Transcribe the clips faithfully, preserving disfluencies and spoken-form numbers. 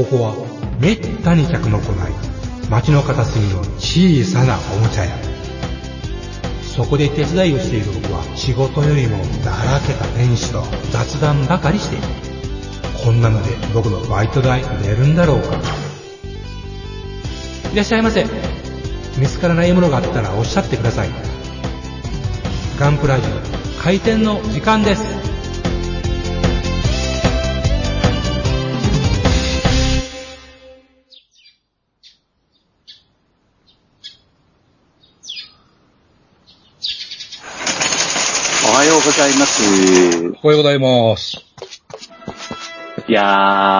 ここはめったに客の来ない街の片隅の小さなおもちゃ屋。そこで手伝いをしている僕は仕事よりもだらけた店主と雑談ばかりしている。こんなので僕のバイト代出るんだろうか。いらっしゃいませ。見つからないものがあったらおっしゃってください。ガンプラジオ開店の時間です。 おはようございます。 おはようございます。 いやー、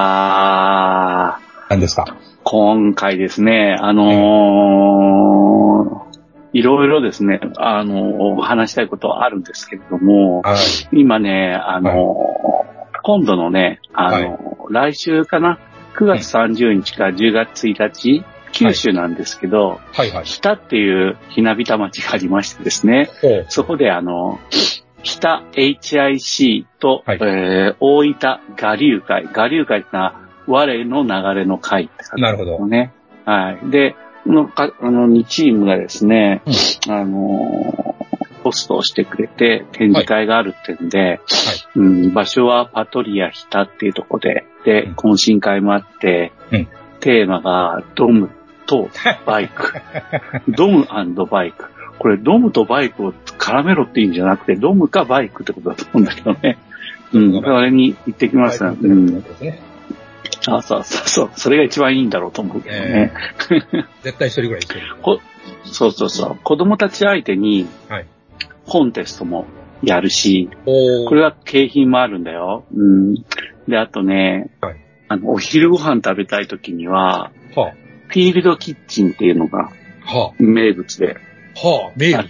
何ですか？ 今回ですね、あのー、いろいろですね、あのー、話したいことはあるんですけれども、 はい、 今ね、あのーはい、今度のね、あのーはい、来週かな、くがつさんじゅうにちからじゅうがつついたち、九州なんですけど、はいはいはい、日田っていうひなびた町がありましてですね、そこであの、日田 エイチアイシー と、はい、えー、大分我流会。我流会ってのは、我の流れの会って感じですね。なるほど。ね。はい。で、のかあのにチームがですね、うん、あの、ポストをしてくれて、展示会があるってんで、はいうん、場所はパトリア日田っていうとこで、で、うん、懇親会もあって、うん、テーマがドムとバイク。ドム&バイク。これ、ドムとバイクを絡めろっていうんじゃなくて、ドムかバイクってことだと思うんだけどね。うん。それに行ってきます。うん。あ、そうそうそう。それが一番いいんだろうと思うけどね。えー、 絶対一人ぐらい一人。 こそうそうそう。子供たち相手に、コンテストもやるし、はい、これは景品もあるんだよ。うん。で、あとね、はい、あの、お昼ご飯食べたい時には、はあ、フィールドキッチンっていうのが、名物で、はあ、名物あって、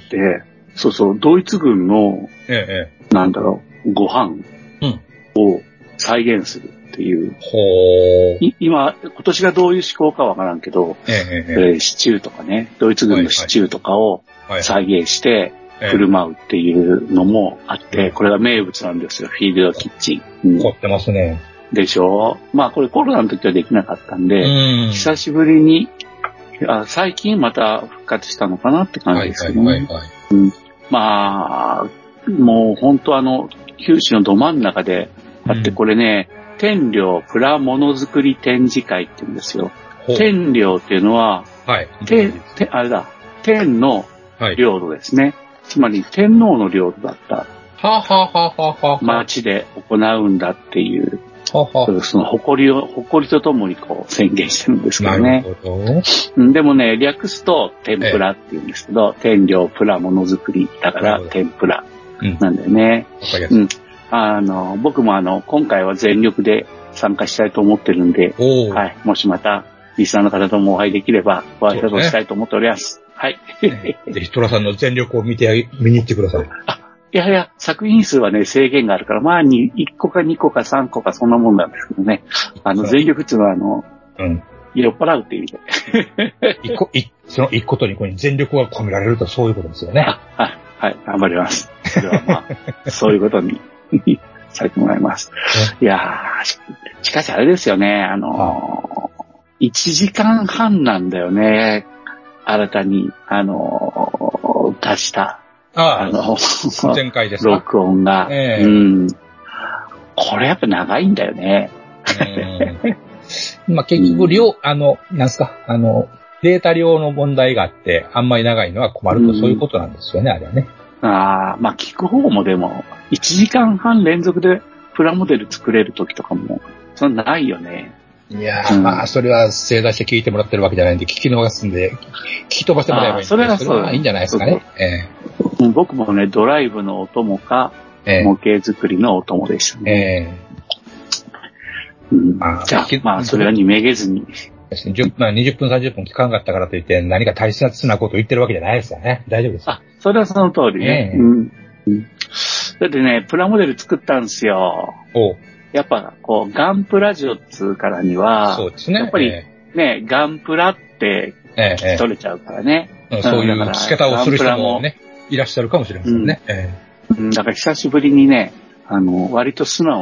そうそう、ドイツ軍の、ええ、なんだろう、ご飯を再現するっていう。うん、今、今年がどういう思考かわからんけど、えええー、シチューとかね、ドイツ軍のシチューとかを再現して振る舞うっていうのもあって、これが名物なんですよ、フィールドキッチン。 凝ってますね。 でしょう。まあこれコロナの時はできなかったんで、うん、久しぶりに、あ、最近また復活したのかなって感じですけどね。はいはいはいはい、うん、まあ、もう本当あの、九州のど真ん中で、だってこれね、うん、天領プラものづくり展示会って言うんですよ。天領っていうのは、はい、天、あれだ、天の領土ですね。はい、つまり天皇の領土だった。はあ、はははは町で行うんだっていう。ははその誇りを、誇りとともにこう宣言してるんですけどね。なるほど。でもね、略すと天ぷらって言うんですけど、ええ、天領プラものづくりだから天ぷらなんだよね。うん。うん、あの、僕もあの、今回は全力で参加したいと思ってるんで、はい。もしまた、リスナーの方ともお会いできれば、ご挨拶をしたいと思っております。はい。 ぜひ、トラさんの全力を見て、見に行ってください。 いやいや、作品数はね、制限があるから、まあ、に、いっこかにこかさんこかそんなもんなんですけどね。あの、全力っていうのは、あの、うん。酔っ払うっていう意味で。一個、い、その一個と二個に全力が込められるとそういうことですよね。 あ、はい、はい、頑張ります。それはまあ、そういうことにさせてもらいます。いやー、し、しかしあれですよね、あのー、いちじかんはんなんだよね。新たに、あのー、足した。 ああ、あの、前回ですか。 録音が、えー。うん。これやっぱ長いんだよね。 まあ、結局量、うん、あの、なんすか、あの、データ量の問題があって、あんまり長いのは困ると、うん、そういうことなんですよね、あれはね。 ああ、まあ、聞く方もでも、いちじかんはん連続でプラモデル作れる時とかも、そんなないよね。 いやー、うん、まあ、それは正座して聞いてもらってるわけじゃないんで、聞き逃すんで、聞き飛ばしてもらえばいいんで、それはそう。いいんじゃないですかね。えー、僕もね、ドライブのお供か、えー、模型作りのお供でしたね。えーうんまあ、じゃあ、まあ、それはにめげずに。 じゅっぷん、にじゅっぷん、さんじゅっぷん聞かんかったからといって、何か大切なことを言ってるわけじゃないですよね。大丈夫です。 あ、それはその通りね。えーうんうん、だってね、プラモデル作ったんですよ。おやっぱ、こう、ガンプラジオっつうからには、そうですね。やっぱり、ね、えー、ガンプラって聞き取れちゃうからね。 えーえー、そういう聞き方をする人もね、いらっしゃるかもしれませんね。 うんえー、だから久しぶりにね、あの、割と素直に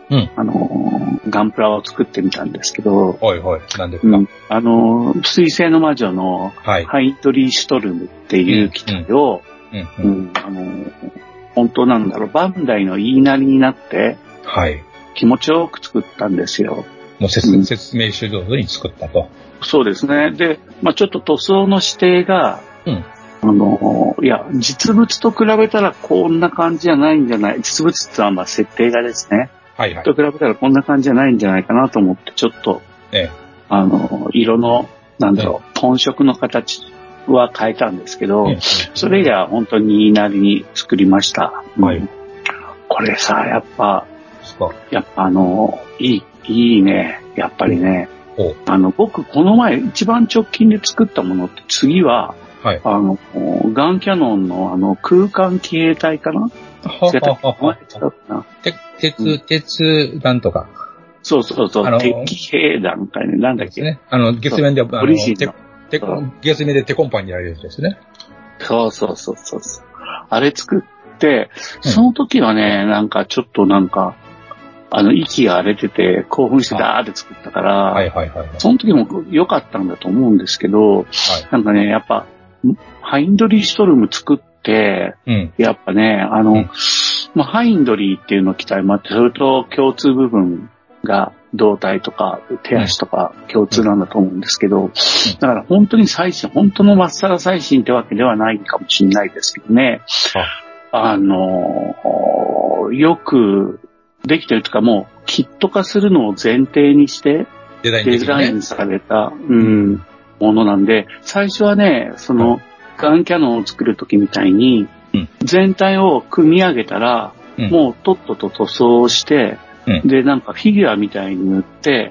うん、 あの、ガンプラを作ってみたんですけど、 はいはい。何ですか、うん、 あの、水星の魔女のハイドリーシュトルムっていう機体を、うんうんうん、あの、本当なんだろう、バンダイの言いなりになって、 はい。 気持ちよく作ったんですよ。 もう説、うん、説明書上手に作ったと。 そうですね。で、まあちょっと塗装の指定が、 うん、 あの、いや、実物と比べたらこんな感じじゃないんじゃない、実物ってのはまあ設定がですね。 はいはい。 と比べたらこんな感じじゃないんじゃないかなと思って、ちょっと、 ええ、 あの、色の、なんだろう、本色の形は変えたんですけど、ええ、それ以外は本当に言いなりに作りました。 はい。うん、 これさ、やっぱ、やっぱあの、いい、いいね。やっぱりね。あの、僕、この前、一番直近で作ったものって、次は、はい、あの、ガンキャノンのあの、空間騎兵隊かなはははは。鉄、鉄弾とか。 そうそうそう。敵兵団かね。なんだっけ。 ね。あの、月面で、あの、 オリジンの月面でテコンパンにやるやつですね。 そうそうそうそう。あれ作って、その時はね、なんかちょっとなんか、あの、息が荒れてて、興奮してダーって作ったから、 はいはいはい、はい。 その時も良かったんだと思うんですけど、はい、なんかね、やっぱ、ハインドリーシュトルム作って、うん、やっぱね、あの、うん、まあ、ハインドリーっていうの機体もあって、それと共通部分が胴体とか手足とか共通なんだと思うんですけど、うん、だから本当に最新、本当のまっさら最新ってわけではないかもしれないですけどね、あ、あの、よく、できてるというかもうキット化するのを前提にしてデザインされた、うん、ものなんで、最初はね、そのガンキャノンを作るときみたいに全体を組み上げたらもうとっとと塗装して、でなんかフィギュアみたいに塗って、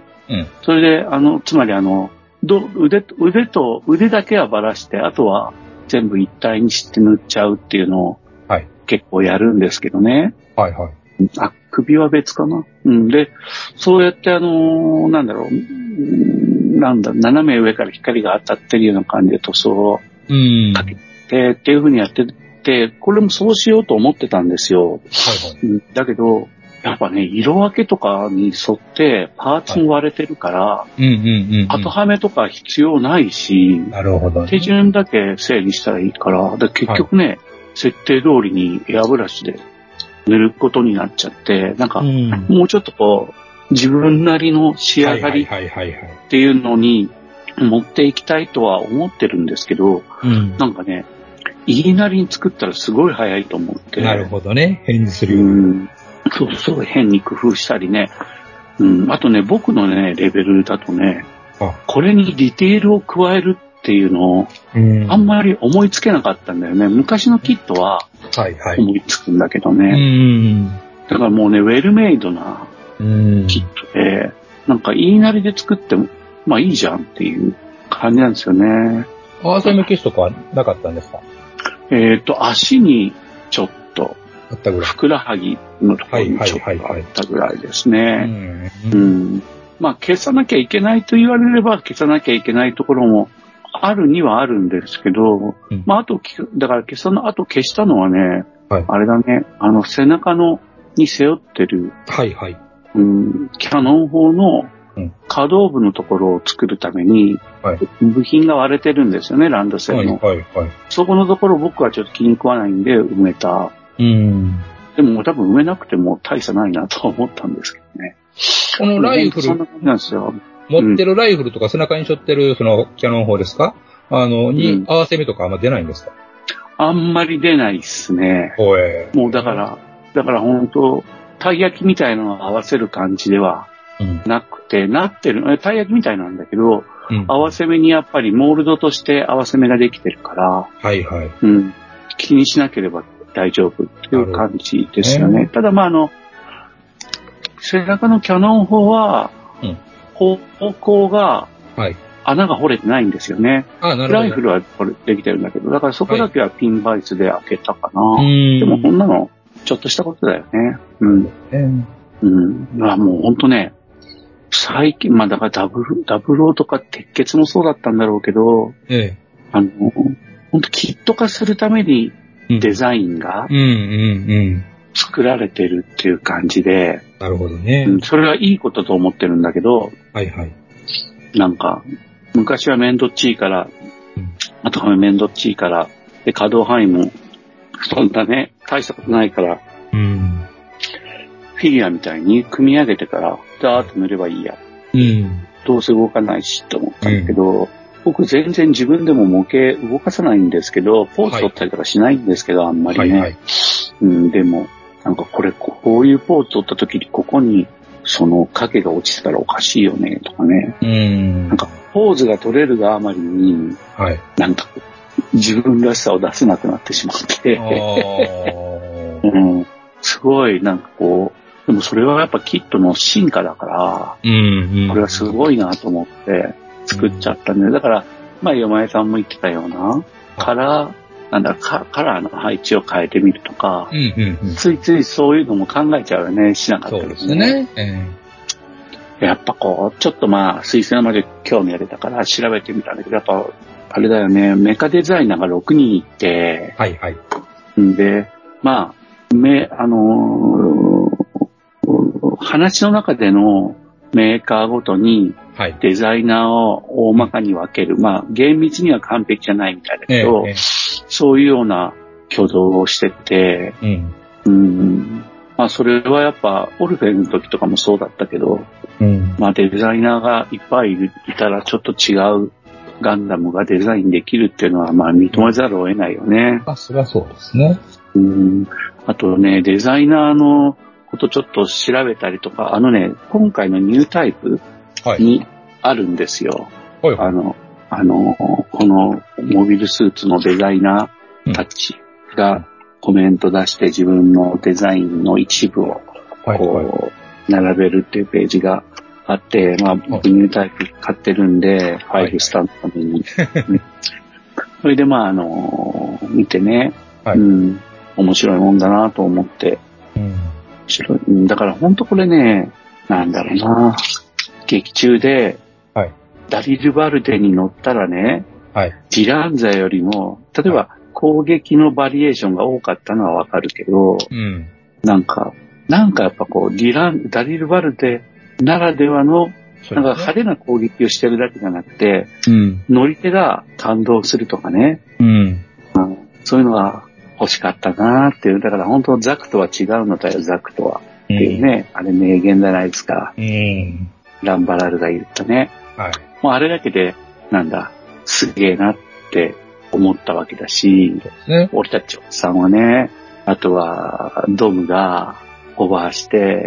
それであの、つまりあの、腕、腕と腕だけはばらしてあとは全部一体にして塗っちゃうっていうのを結構やるんですけどね。 はいはい。 あ、首は別かな。うん。で、そうやってあのー、なんだろう、なんだ、斜め上から光が当たってるような感じで塗装をかけてっていう風にやってて、これもそうしようと思ってたんですよ。はいはい。だけど、やっぱね、色分けとかに沿ってパーツも割れてるから、はいうんうんうんうん、後はめとか必要ないし、 なるほどね、 手順だけ整理したらいいから、で結局ね、はい、設定通りにエアブラシで塗ることになっちゃって、なんか、うん、もうちょっとこう、自分なりの仕上がりっていうのに持っていきたいとは思ってるんですけど、うん、なんかね、言いなりに作ったらすごい早いと思って。 なるほどね。変にするように。 うん、そうそう、変に工夫したりね。うん、あとね、僕のね、レベルだとね、これにディテールを加えるっていうのを、うん、あんまり思いつけなかったんだよね。昔のキットは思いつくんだけどね。はいはい、うんだからもうね、ウェルメイドなキットで、なんか言いなりで作っても、まあいいじゃんっていう感じなんですよね。 合わせのケースとかはなかったんですか？ えっと、足にちょっと、 あったぐらい。 ふくらはぎのところにちょっとあったぐらいですね。まあ消さなきゃいけないと言われれば消さなきゃいけないところもあるにはあるんですけど、うん、まああと、だから消さの、あと消したのはね、はい、あれだね、あの背中の、に背負ってる、 はいはい。 うん、キャノン砲の可動部のところを作るために、はい、部品が割れてるんですよね、ランドセルの。はいはいはい、そこのところ僕はちょっと気に食わないんで埋めた。うん、でも多分埋めなくても大差ないなと思ったんですけどね。 このライフル、 そんな感じなんですよ。 持ってるライフルとか背中に背負ってるそのキャノン砲ですか？あの、に合わせ目とかあんま出ないんですか？ あんまり出ないっすね。 ほえもうだから、だから本当たい焼きみたいなのを合わせる感じではなくて、うん、なってる、たい焼きみたいなんだけど、うん、合わせ目にやっぱりモールドとして合わせ目ができてるから、 はいはい。 うん、気にしなければ大丈夫っていう感じですよね。ただまああの、背中のキャノン砲は、うん、方向が、穴が掘れてないんですよね。 あ、なるほど。 ライフルはこれできてるんだけど、だからそこだけはピンバイスで開けたかな。はい、でもこんなの、ちょっとしたことだよね。うん。うん。まあもうほんとね、最近、まあだからダブル、ダブルオーとか鉄血もそうだったんだろうけど、ええ、あの、ほんとキット化するためにデザインが、うんうんうん、 作られてるっていう感じで。 なるほどね。 うん、それはいいことと思ってるんだけど、 はいはい。 なんか、昔は面倒っちいから、うん、あとは面倒っちいから、で、可動範囲も、そんなね、大したことないから、うん、フィギュアみたいに組み上げてから、ダーッと塗ればいいや。うん、どうせ動かないしと思ったんだけど、うん、僕全然自分でも模型動かさないんですけど、ポーズ取ったりとかしないんですけど、はい、あんまりね、はいはい、うん。でも、なんかこれ、こういうポーズ取った時にここにその影が落ちてたらおかしいよね、とかね。うん。なんかポーズが取れるがあまりに、はい、なんか自分らしさを出せなくなってしまって、うん、すごいなんかこう、でもそれはやっぱキットの進化だから、うんうん、これはすごいなと思って作っちゃったんで、だから、まあ、山江さんも言ってたような、カラー、なんだカ、カラーの配置を変えてみるとか、うんうんうん、ついついそういうのも考えちゃうよね、しなかったですね。そうですね。えー、やっぱこう、ちょっとまあ、水星の魔女興味が出たから調べてみたんだけど、やっぱ、あれだよね、メカデザイナーがろくにんいて、はいはい。んで、まあ、め、あのー、話の中でのメーカーごとにデザイナーを大まかに分ける。はい、まあ、厳密には完璧じゃないみたいだけど、ええ、そういうような挙動をしてて、うん。うん、まあ、それはやっぱ、オルフェンの時とかもそうだったけど、うん、まあ、デザイナーがいっぱいいたらちょっと違うガンダムがデザインできるっていうのは、まあ、認めざるを得ないよね。 あ、それはそうですね。 うん。あとね、デザイナーのことちょっと調べたりとか、あのね、今回のニュータイプにあるんですよ。はい、あの、あの、このモビルスーツのデザイナーたちがコメント出して自分のデザインの一部をこう並べるっていうページがあって、まあ僕ニュータイプ買ってるんで、ファイルスタンドのために。それでまああの、見てね、はい、うん、面白いもんだなと思って、うん、面白い。だから本当これね、なんだろうな、劇中で、はい、ダリル・バルデに乗ったらね、はい、ジランザよりも、例えば攻撃のバリエーションが多かったのはわかるけど、うん、なんか、なんかやっぱこう、ディラン、ダリル・バルデならではの、なんか派手な攻撃をしてるだけじゃなくて、うん、乗り手が感動するとかね、うん、そういうのが欲しかったなーっていう、だから本当ザクとは違うのだよ、ザクとは。っていうね、うん、あれ名言じゃないですか。うん、ランバラルが言ったね。はい、もうあれだけで、なんだ、すげえなって思ったわけだし、ね、俺たちおっさんはね、あとはドムがオーバーして、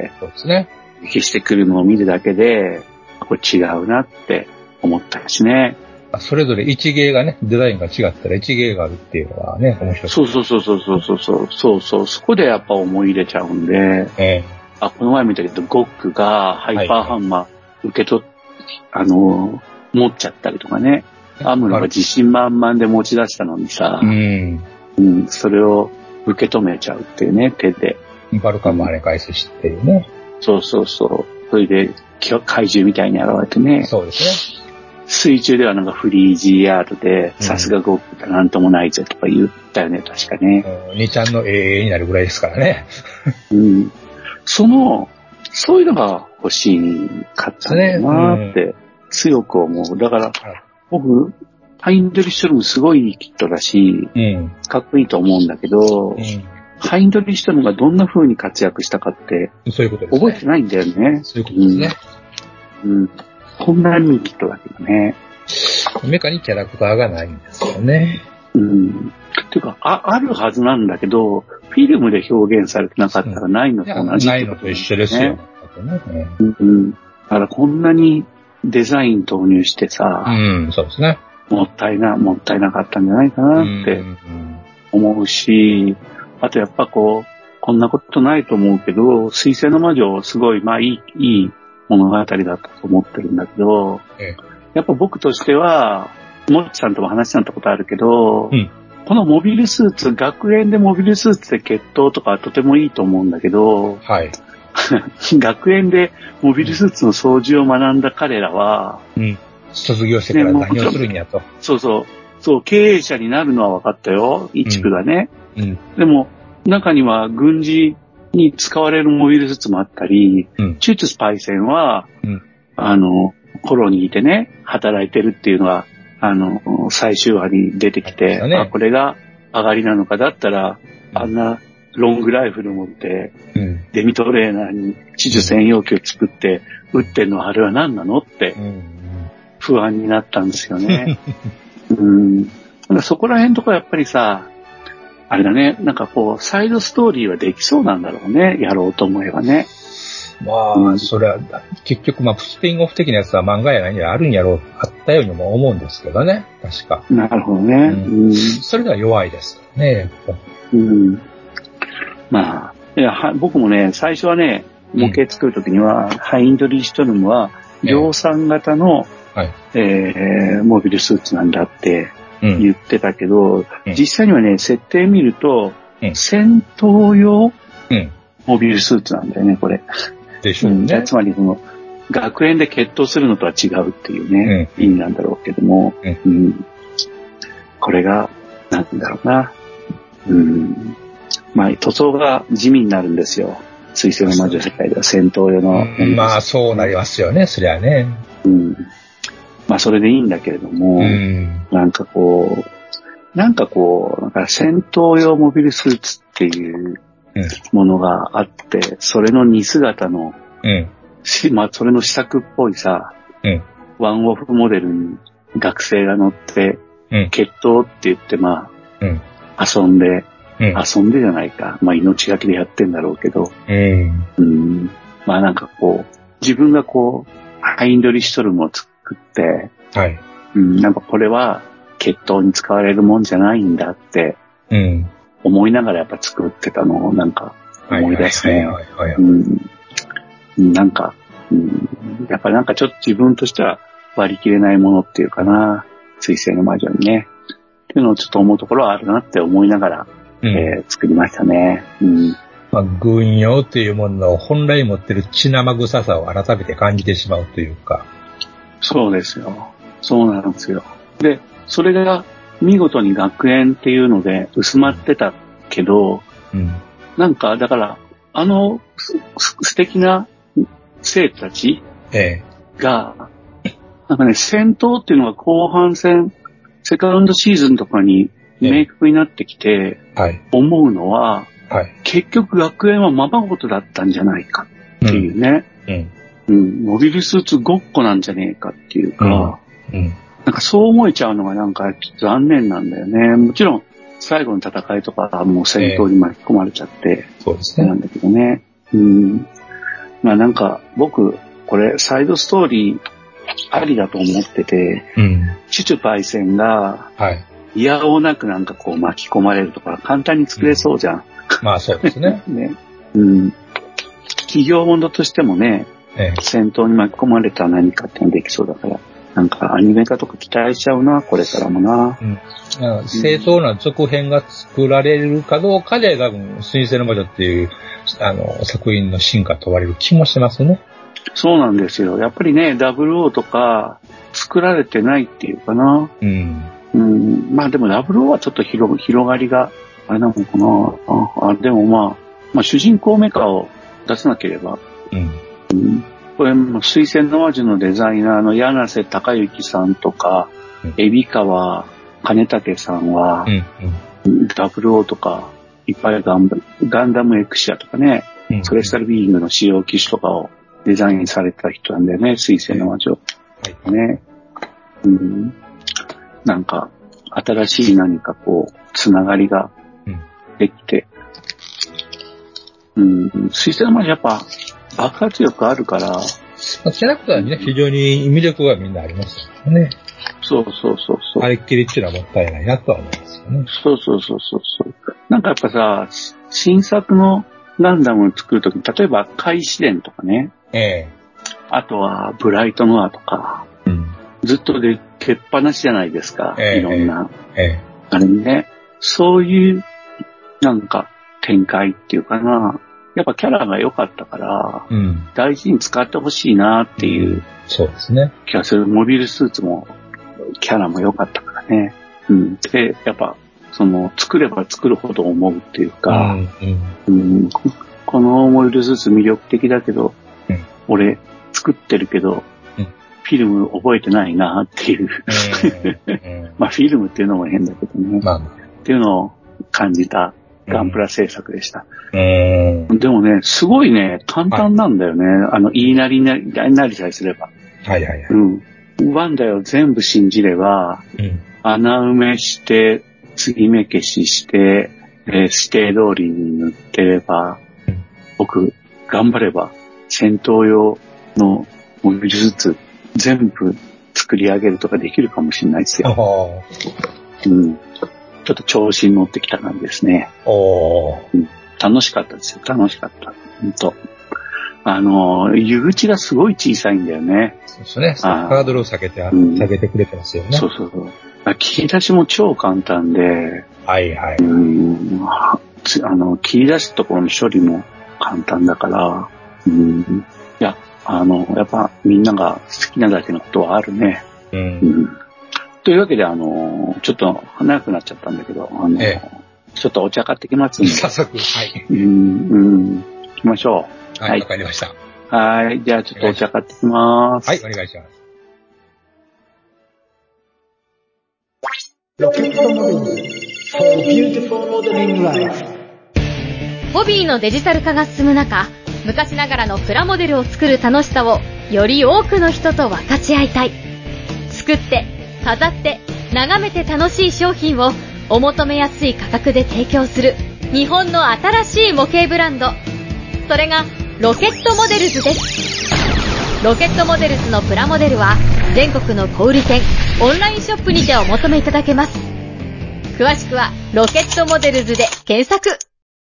そうですね。消してくるのを見るだけで、これ違うなって思ったしね。 それぞれ一芸がね、デザインが違ったら一芸があるっていうのはね、面白い。 そうそうそうそうそうそうそうそうそう、そこでやっぱ思い入れちゃうんで、ええ、あ、この前見たけど、ゴックがハイパーハンマー受け取っ、はい、あの、持っちゃったりとかね。アムロが自信満々で持ち出したのにさ、うん、うん、それを受け止めちゃうっていうね、手で。 バルカンも跳ね返すしっていうね。 そうそうそう。それで、怪獣みたいに現れてね。 そうですね。 水中ではなんかフリー ジーアール で、さすがゴックだなんともないぜとか言ったよね、確かね。 にちゃんの永遠になるぐらいですからね。 うん。その、そういうのが欲しかったんだなって、強く思う。だから、僕、ハインドリッシュルムすごいいいキットだし、うん、かっこいいと思うんだけど、うん、ハインドリッシュルムがどんな風に活躍したかって、そういうことですね、覚えてないんだよね。 そういうことですね。 うん。うん、こんなにいいキットだけどね。 メカにキャラクターがないんですよね。 うん。ていうか、あ、あるはずなんだけど、フィルムで表現されてなかったらないのと同じ、 ね。ないのと一緒ですよ。 うん。だからこんなにデザイン投入してさ、 うん、そうですね。 もったいな、もったいなかったんじゃないかなって思うし、あとやっぱこう、こんなことないと思うけど、水星の魔女すごい、まあいい、いい物語だったと思ってるんだけど、ええ、やっぱ僕としては、もっちさんとも話したことあるけど、うん、このモビルスーツ、学園でモビルスーツで決闘とかはとてもいいと思うんだけど、はい、学園でモビルスーツの操縦を学んだ彼らは、うん、 卒業してから何をするんやと、ね。 そうそう。そう、経営者になるのは分かったよ。一部がね。うんうん、でも、中には軍事に使われるモビルスーツもあったり、 うん、 チューツスパイセンは、 うん、 あの、コロニーでね、働いてるっていうのは、あの、最終話に出てきて、ね、あ、これが上がりなのか、だったら、うん、あんなロングライフル持って、うん、デミトレーナーに地樹専用機を作って、撃ってんのはあれは何なのって、不安になったんですよね。うん、そこら辺とかやっぱりさ、あれだね、なんかこう、サイドストーリーはできそうなんだろうね、やろうと思えばね。 まあ、うん、それは、結局、まあ、スピンオフ的なやつは漫画や何やあるんやろう、あったようにも思うんですけどね、確か。 なるほどね。 うん、それでは弱いですね、やっぱ。 うん。まあ、いや、僕もね、最初はね、模型作るときには、うん、ハインドリーシュトルムは、量産型の、えーはいえー、モビルスーツなんだって言ってたけど、うん、実際にはね、設定見ると、うん、戦闘用、うん、モビルスーツなんだよね、これ。 でしょうね。 うん、つまりその、学園で決闘するのとは違うっていうね、うん、意味なんだろうけども、うんうん、これが、なんだろうな。うん、まあ、塗装が地味になるんですよ。水星の魔女世界では戦闘用の、 うん。まあ、そうなりますよね、そりゃね。 うん。まあ、それでいいんだけれども、うん、なんかこう、なんかこう、なんか戦闘用モビルスーツっていうものがあって、それの似姿の、うん、まあ、それの試作っぽいさ、うん、ワンオフモデルに学生が乗って、うん、決闘って言って、まあ、うん、遊んで、うん、遊んでじゃないか。まあ、命がけでやってんだろうけど、うんうん、まあ、なんかこう、自分がこう、ハインドリシュトルムを作って、はい、うん、なんかこれは決闘に使われるもんじゃないんだって、うん、思いながらやっぱ作ってたのをなんか思い出すね。なんか、うん、やっぱりなんかちょっと自分としては割り切れないものっていうかな、水星の魔女にね。っていうのをちょっと思うところはあるなって思いながら、うんえー、作りましたね。うんまあ、軍用というものの本来持ってる血生臭さを改めて感じてしまうというか。 そうですよ。そうなんですよ。で、それが見事に学園っていうので薄まってたけど、うん、なんかだからあの素敵な生徒たちが、ええ、なんかね、戦闘っていうのが後半戦、セカンドシーズンとかに明確になってきて、思うのは、はい、結局学園はままごとだったんじゃないかっていうね、うんうん、モビルスーツごっこなんじゃねえかっていうか、うんうん、なんかそう思えちゃうのがなんか残念なんだよね。もちろん最後の戦いとかはもう戦闘に巻き込まれちゃって、えー、そうですね。なんだけどね。うん、まあなんか僕これサイドストーリーありだと思ってて、うん、チュチュパイセンがいやおうなくなんかこう巻き込まれるとか簡単に作れそうじゃん。うん、 まあそうですね。 ね、うん。企業ものとしてもね、ええ、戦闘に巻き込まれた何かってのできそうだから、なんかアニメ化とか期待しちゃうな、これからもな。 うん、正当な続編が作られるかどうかで多分、水星の魔女っていうあの作品の進化問われる気もしますね。 そうなんですよ。やっぱりね、ダブルオーとか作られてないっていうかな。うん。うん、まあでもダブルオーはちょっと 広, 広がりがあれなのかな。あ、でもまあ、まあ主人公メカを出さなければ。うんうん、これも水星の魔女のデザイナーの柳瀬隆之さんとか、うん、海老川金武さんは、うんうん、ダブルオーとかいっぱいガンガンダムエクシアとかね、うんうん、ソレスタルビーイングの使用機種とかをデザインされた人なんだよね、水星の魔女。はいね、うん。なんか新しい何かこうつながりができて、うん、水星の魔女やっぱ爆発力あるから。まあ、キャラクターにね、非常に魅力がみんなありますよね。 そうそうそうそう。 あれっきりっていうのはもったいないなとは思いますよね。 そうそうそうそうそう。なんかやっぱさ、新作のガンダムを作るとき、例えば開始伝とかね。ええ。あとはブライトノアとか。うん。ずっとでけっぱなしじゃないですか。ええ、いろんな。ええ。あれね。そういう、なんか展開っていうかな。やっぱキャラが良かったから、うん、大事に使ってほしいなっていう、うん、 そうですね。 気がする。モビルスーツもキャラも良かったからね。うん、で、やっぱその作れば作るほど思うっていうか、うんうんうん、 このモデルスーツ魅力的だけど、うん、俺作ってるけど、うん、フィルム覚えてないなっていう。まあフィルムっていうのも変だけどね。まあ、っていうのを感じたガンプラ制作でした。うん、でもね、すごいね、簡単なんだよね。はい、あの、言いなりなり、なりさえすれば。はいはいはい。うん。ワンダイを全部信じれば、うん、穴埋めして、継ぎ目消しして、えー、指定通りに塗ってれば、うん、僕、頑張れば、戦闘用のモビルスーツ全部作り上げるとかできるかもしれないですよ。うん。ちょっと調子に乗ってきた感じですね。おー、うん。楽しかったですよ。楽しかった。ほんと。あの、湯口がすごい小さいんだよね。 そうですね。ハードルを下げて、うん、下げてくれてますよね。 そうそうそう。切り出しも超簡単で。はいはい。うん。あの、切り出すところの処理も簡単だから。うん。いや、あの、やっぱみんなが好きなだけのことはあるね。うん。うん、というわけで、あの、ちょっと長くなっちゃったんだけど、あの、ええ、ちょっとお茶買ってきますんで。 早速、はい。 うん、うん。行きましょう。 はい、わかりました。 はい。じゃあ、ちょっとお茶買ってきます。 はい、お願いします。 ロケットモデル for beautiful modeling life。 ホビーのデジタル化が進む中、昔ながらのプラモデルを作る楽しさをより多くの人と分かち合いたい。作って、飾って、眺めて楽しい商品をお求めやすい価格で提供する日本の新しい模型ブランド。それがロケットモデルズです。ロケットモデルズのプラモデルは全国の小売店、オンラインショップにてお求めいただけます。詳しくはロケットモデルズで検索。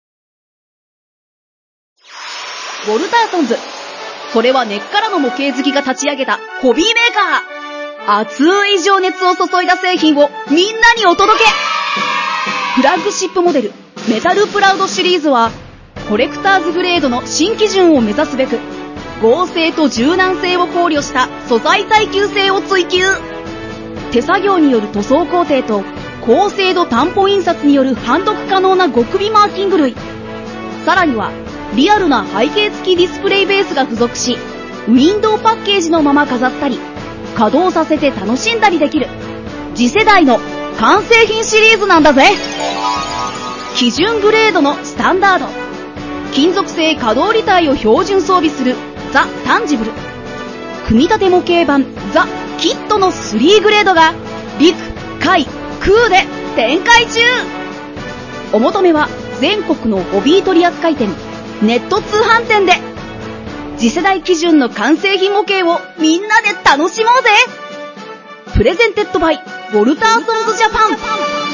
ウォルターソンズ。それは根っからの模型好きが立ち上げたホビーメーカー。熱い情熱を注いだ製品をみんなにお届け。フラッグシップモデルメタルプラウドシリーズはコレクターズグレードの新基準を目指すべく合成と柔軟性を考慮した素材耐久性を追求。手作業による塗装工程と高精度担保印刷による判読可能な極微マーキング類。さらにはリアルな背景付きディスプレイベースが付属し、ウィンドウパッケージのまま飾ったり稼働させて楽しんだりできる次世代の完成品シリーズなんだぜ。基準グレードのスタンダード、金属製可動履帯を標準装備するザ・タンジブル、組み立て模型版ザ・キットのスリーグレードが陸・海・空で展開中。お求めは全国のホビー取扱店、ネット通販店で。次世代基準の完成品模型をみんなで楽しもうぜ。プレゼンテッドバイウォルターソンズジャパン。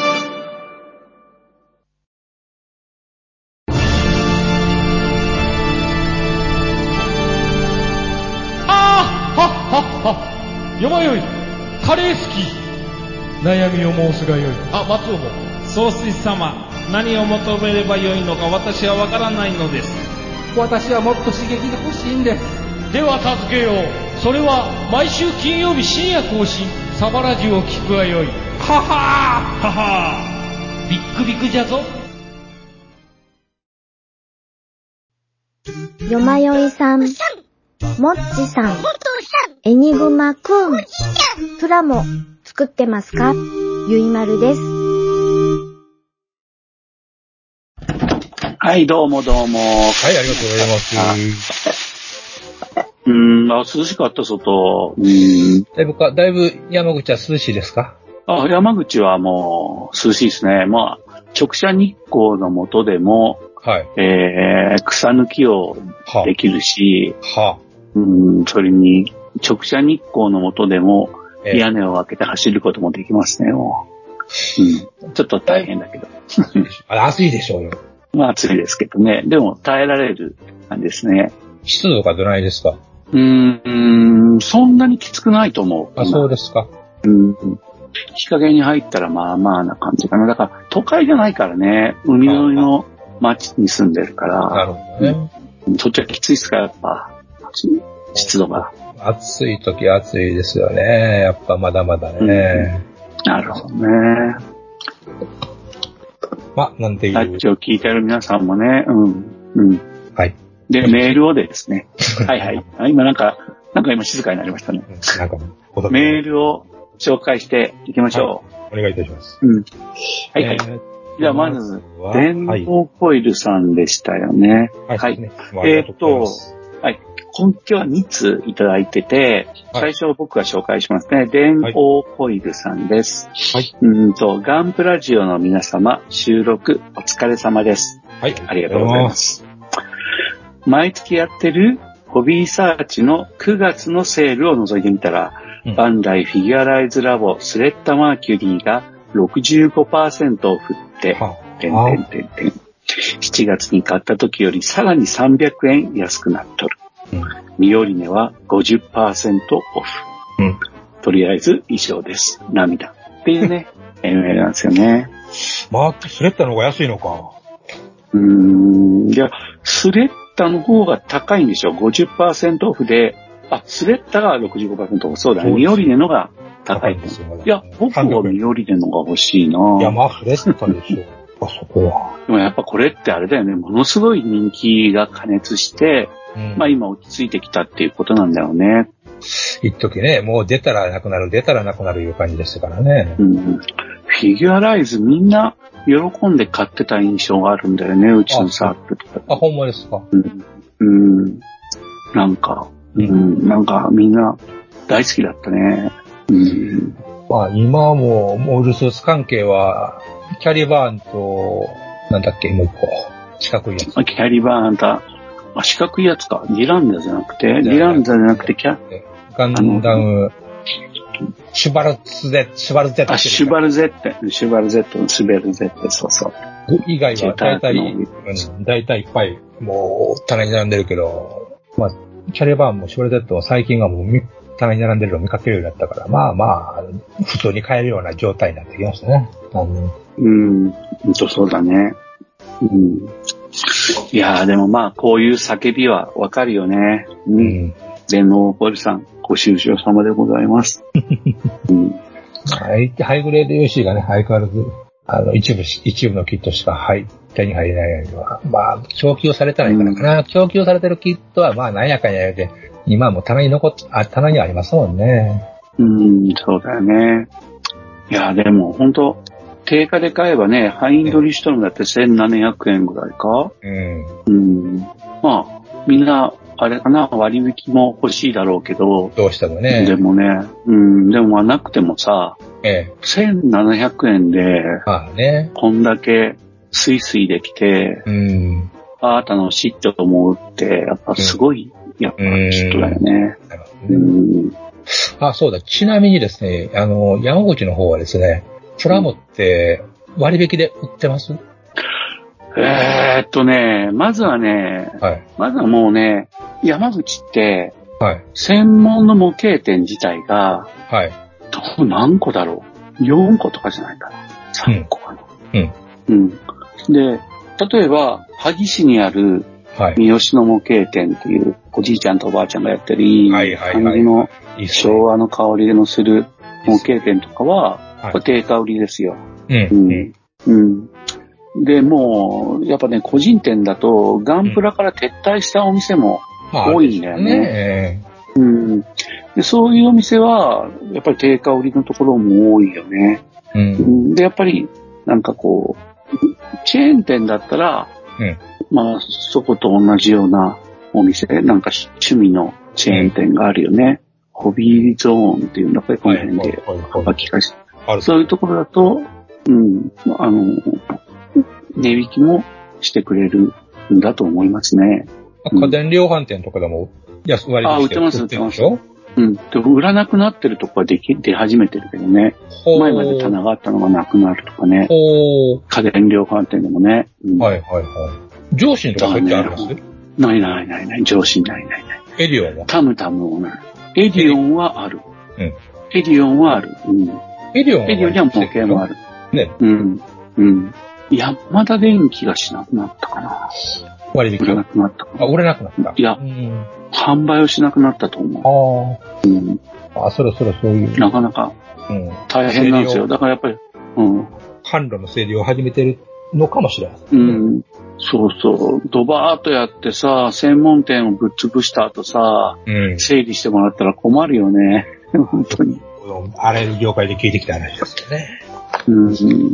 あーはっはっは。よまよいカレー好き。悩みを申すがよい。あ、松尾も。 総帥様、何を求めればよいのか私はわからないのです。 私はもっと刺激が欲しいんです。 では助けよう。それは毎週金曜日深夜更新サバラジュを聞くがよい。ははーははービックビックじゃぞ。 よまよいさん、もっちさん、エニグマくん、プラモ作ってますか？ゆいまるです。 はい、どうもどうも。はい、 ありがとうございます。 うーん、あ、涼しかった、外。うーん。だいぶか、だいぶ山口は涼しいですか？ あ、山口はもう涼しいですね。まあ、直射日光の下でも、はい。えー、草抜きをできるし、は。はうん、それに、直射日光の下でも、屋根を開けて走ることもできますね、もう。うん。ちょっと大変だけど。 あ、暑いでしょうよ。 まあ暑いですけどね。でも耐えられる感じですね。 湿度がどないですか？ うーん、そんなにきつくないと思う。 あ、そうですか。 うん。日陰に入ったらまあまあな感じかな。だから都会じゃないからね。海沿いの町に住んでるから。なるほどね。うん、そっちはきついっすか、やっぱ。湿度が。 暑い時暑いですよね。やっぱまだまだね。 うん、なるほどね。 ま、なんていう。 ラジオ聞いてる皆さんもね、うん、うん。 はい。 で、メールをですね。はいはい。今なんか、なんか今静かになりましたね。 なんかメールを紹介していきましょう。はい、お願いいたします。 うん。はいはい。えー、じゃあまず、電動コイルさんでしたよね。 はい。 はい。 ね、 えー、っと、はい。根拠はみっついただいてて、最初僕が紹介しますね。電動コイルさんです。 はい。 うんと、ガンプラジオの皆様、収録お疲れ様です。 はい。 ありがとうございます。毎月やってるホビーサーチのくがつのセールを覗いてみたら、うん、バンダイフィギュアライズラボスレッタマーキュリーが ろくじゅうごパーセント オフって、てんてんてんてん。しちがつに買った時よりさらにさんびゃくえん安くなっとる。うん、ミオリネは ごじゅっパーセント オフ。うん、とりあえず以上です。涙。っていうね、メールなんですよね。 まあ、スレッタの方が安いのか。 うーん、いや、スレッタの方が高いんでしょ。ごじゅっパーセント オフで、あ、スレッタが ろくじゅうごパーセント オフ。そうだね。ミオリネのが高いんですよ。いや、僕はミオリネのが欲しいな。 いや、まあ、スレッタでしょ。あそこは。 でもやっぱこれってあれだよね。ものすごい人気が過熱して、うん、まあ今落ち着いてきたっていうことなんだよね。 一時ね、もう出たらなくなる、出たらなくなるいう感じでしたからね。 うん、フィギュアライズみんな喜んで買ってた印象があるんだよね、うちのサークルとか。 あ、ほんまですか。 うん。うん。なんか、うん、なんかみんな大好きだったね。うん。 まあ今はもう、モールスーツ関係は、キャリバーンと、なんだっけ、もう一個。四角いやつ。 キャリバーンと、あ、四角いやつか。ディランダじゃなくて、ディランダじゃなくて、キャ、 ガンダム、シュバルツゼット、シュバルゼット。 あ、シュバルゼット、シュバルゼット、シュベルゼット、そうそう。 以外は大体、うん、大体いっぱい、もう、棚に並んでるけど、まあ、キャリバーンもシュバルゼットは最近はもう、棚に並んでるのを見かけるようになったから、まあまあ、普通に買えるような状態になってきましたね。 うん、うんとそうだね。うん。いやーでもまあ、こういう叫びはわかるよね。うん。電脳ポルさん、ご愁傷様でございます。うん。 はい、ハイグレード ユーシー がね、相変わらず、あの、一部、一部のキットしか、はい、手に入れないのは、まあ、供給されてないからかな。うん、供給されてるキットは、まあ、なんやかんや言うて、今はもう棚に残っ、あ、棚にはありますもんね。 うん、そうだよね。いや、でも、ほんと、定価で買えばね、ハインドリシュトルだってせんななひゃくえんぐらいか。 うん。 うん。まあ、みんな、あれかな、割引も欲しいだろうけど。 どうしてもね。 でもね、うん、でもまあなくてもさ、 ええ、 せんななひゃくえんで、 ああね、 こんだけスイスイできて、 うん、 ああ、楽しいって思うって、やっぱすごい、うん、やっぱきっとだよね。うん。 あ、そうだ。ちなみにですね、あの、山口の方はですね、プラモって割引で売ってます？ えーっとね、まずはね、 はい、 まずはもうね、山口って、 はい、 専門の模型店自体が、 はい、 ど何個だろう ?よん 個とかじゃないかな ?さん 個かな、 うん、 うん。で、例えば、萩市にある、三好の模型店っていう、おじいちゃんとおばあちゃんがやってるいい感じの昭和の香りのする模型店とかは、これ定価売りですよ。 うん。 うん。で、もう、やっぱね、個人店だと、ガンプラから撤退したお店も多いんだよね。うん。で、そういうお店は、やっぱり定価売りのところも多いよね。 うん。 で、やっぱり、なんかこう、チェーン店だったら、 うん、 まあ、そこと同じようなお店、なんか趣味のチェーン店があるよね。ホビーゾーンっていうのがこの辺で幅利かして、そういうところだと、うん、あの、値引きもしてくれるんだと思いますね。 家電量販店とかでも安割りして売ってるでしょ？ うん。でも売らなくなってるとこはでき、出始めてるけどね。前まで棚があったのがなくなるとかね。家電量販店でもね。 うん、はいはいはい。上信とかそういってあります？ ないないないない。上信ないないない。 エディオンは？ タムタムもない。エディオンはある。 うん。エディオンはある。うん。 エディオンはエディオンには模型もある。 ね。 うん。うん。山田電機がしなくなったかな。 割引売れなくなったかな。 あ、売れなくなった。 いや、うん、販売をしなくなったと思う。ああ。うん。あ、そろそろそういう。 なかなか、うん。大変なんですよ。だからやっぱり、うん。 販路の整理を始めてるのかもしれない。 うん。 そうそう。ドバーっとやってさ、専門店をぶっ潰した後さ、うん、整理してもらったら困るよね。本当に。 あらゆる業界で聞いてきた話ですよね。 うん、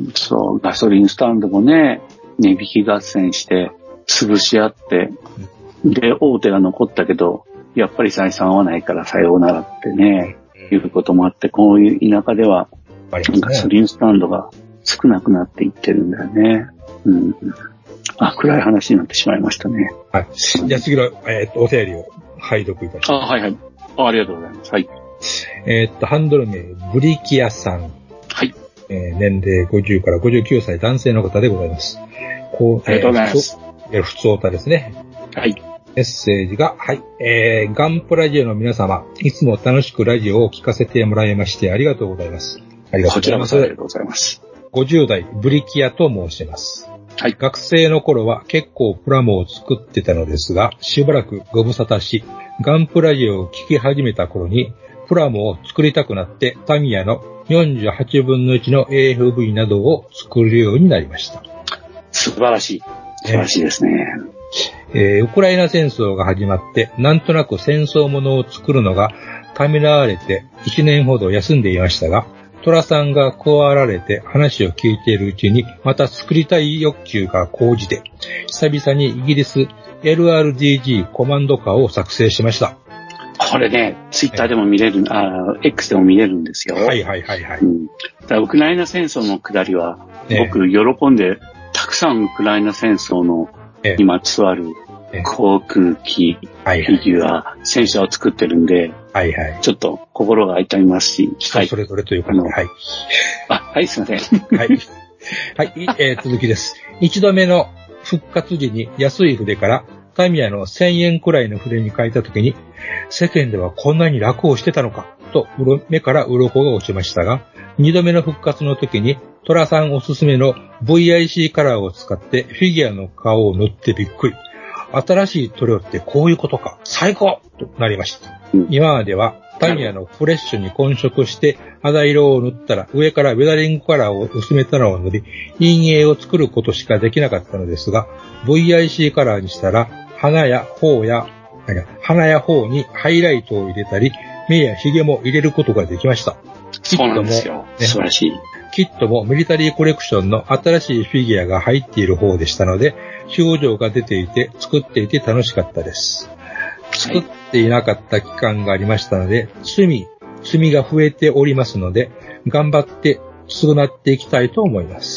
そう。ガソリンスタンドもね、値引き合戦して潰し合って、うん、で、大手が残ったけど、やっぱり採算合わないからさようならってね、うん、いうこともあって、こういう田舎では、ガソリンスタンドが少なくなっていってるんだよね。うん、あ、暗い話になってしまいましたね。 はい。じゃあ次の、えー、っと、お便りを拝読いたします。 あ、はいはい。あ、ありがとうございます。はい。 えー、っと、ハンドル名、ブリキアさん。 はい。 えー、年齢ごじゅうからごじゅうきゅうさい男性の方でございます。 こう、ありがとうございます。 えー、普通歌ですね。 はい。 メッセージが、はい。えー、ガンプラジオの皆様、いつも楽しくラジオを聞かせてもらいましてありがとうございます。ありがとうございます。 こちらこそありがとうございます。 ごじゅう代ブリキアと申します。 はい。 学生の頃は結構プラモを作ってたのですが、しばらくご無沙汰し、ガンプラジオを聞き始めた頃に、プラモを作りたくなって、タミヤのよんじゅうはちぶんのいちの エーエフブイ などを作るようになりました。 素晴らしい。素晴らしいですね。 えー、ウクライナ戦争が始まって、なんとなく戦争ものを作るのがためらわれていちねんほど休んでいましたが、トラさんが加わられて話を聞いているうちに、また作りたい欲求が高じて、久々にイギリス エルアールディージー コマンドカーを作成しました。 これね、ツイッターでも見れる、あ、X でも見れるんですよ。 はいはいはいはい。うん、 だからウクライナ戦争の下りは、僕喜んで、たくさんウクライナ戦争のにまつわる航空機、フィギュア、戦車を作ってるんで、 はいはい。 ちょっと心が痛みますし、 はい。それぞれというか、はい。 あ、はい、すいません。 はい。はい、えー、続きです。一度目の復活時に安い筆からタミヤのせんえんくらいの筆に書いたときに、世間ではこんなに楽をしてたのか、と目から鱗が落ちましたが、二度目の復活の時に、トラさんおすすめの ブイアイシー カラーを使ってフィギュアの顔を塗ってびっくり。新しい塗料ってこういうことか。最高となりました。うん、今まではタミヤのフレッシュに混色して肌色を塗ったら上からウェダリングカラーを薄めたのを塗り、陰影を作ることしかできなかったのですが、ブイアイシー カラーにしたら鼻や頬や、鼻や頬にハイライトを入れたり、目や髭も入れることができました。 そうなんですよ。ね、素晴らしい。 キットもミリタリーコレクションの新しいフィギュアが入っている方でしたので、表情が出ていて作っていて楽しかったです。作っていなかった期間がありましたので、罪、罪が増えておりますので、頑張って償っていきたいと思います。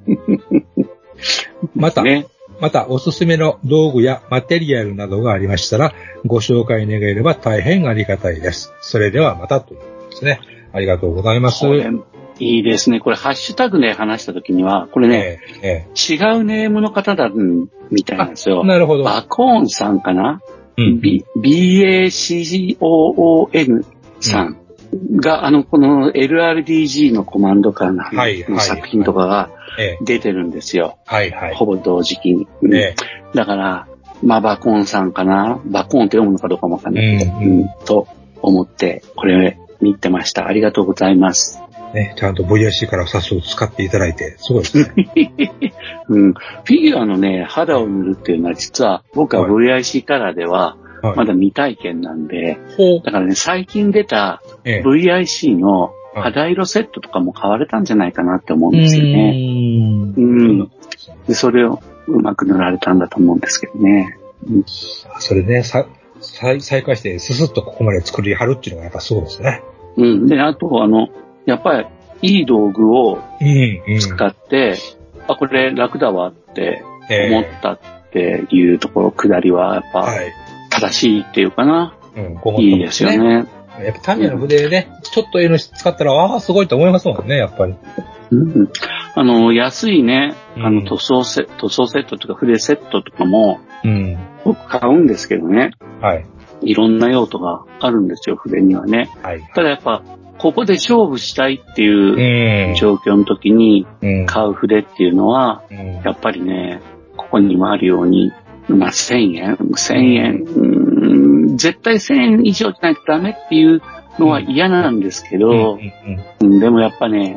また、ね、またおすすめの道具やマテリアルなどがありましたら、ご紹介願えれば大変ありがたいです。それではまたということですね。ありがとうございます。 いいですね。これ、ハッシュタグで話したときには、これね、えーえー、違うネームの方だ、みたいなんですよ。 なるほど。 バコーンさんかな、うん、B、ビーエーシーオーオーエヌ さんが、うん、あの、この エルアールディージー のコマンドカーの、はい、の作品とかが出てるんですよ。 はいはい。 ほぼ同時期に。うんえー、だから、まあ、バコーンさんかな、バコーンって読むのかどうかもわかんないけど、うんうん、と思って、これ見てました。ありがとうございます。 ね、ちゃんと ブイアイシー カラーを早速使っていただいて、すごいですね。 うん。フィギュアのね、肌を塗るっていうのは実は僕は ブイアイシー カラーではまだ未体験なんで、はい、だからね、最近出た ブイアイシー の肌色セットとかも買われたんじゃないかなって思うんですよね。うん。で、それをうまく塗られたんだと思うんですけどね。 うん、それね、さ、再、再開してススッとここまで作りはるっていうのがやっぱそうですね。 うん。で、あとあの、やっぱりいい道具を使って、うんうん、あ、これ楽だわって思ったっていうところ、下りはやっぱ正しいっていうかな。はい、うん、いいですよね。 やっぱタミヤの筆ね、うん、ちょっと絵の使ったら、ああ、すごいと思いますもんね、やっぱり。 うん。あの、安いね、あの塗装セ、塗装セットとか筆セットとかも、うん、僕買うんですけどね。はい。いろんな用途があるんですよ、筆にはね。はい。ただやっぱ、ここで勝負したいっていう状況の時に買う筆っていうのは、やっぱりね、ここにもあるように、まあ、せんえん、せんえん、うん、絶対せんえん以上じゃないとダメっていうのは嫌なんですけど、うん、でもやっぱね、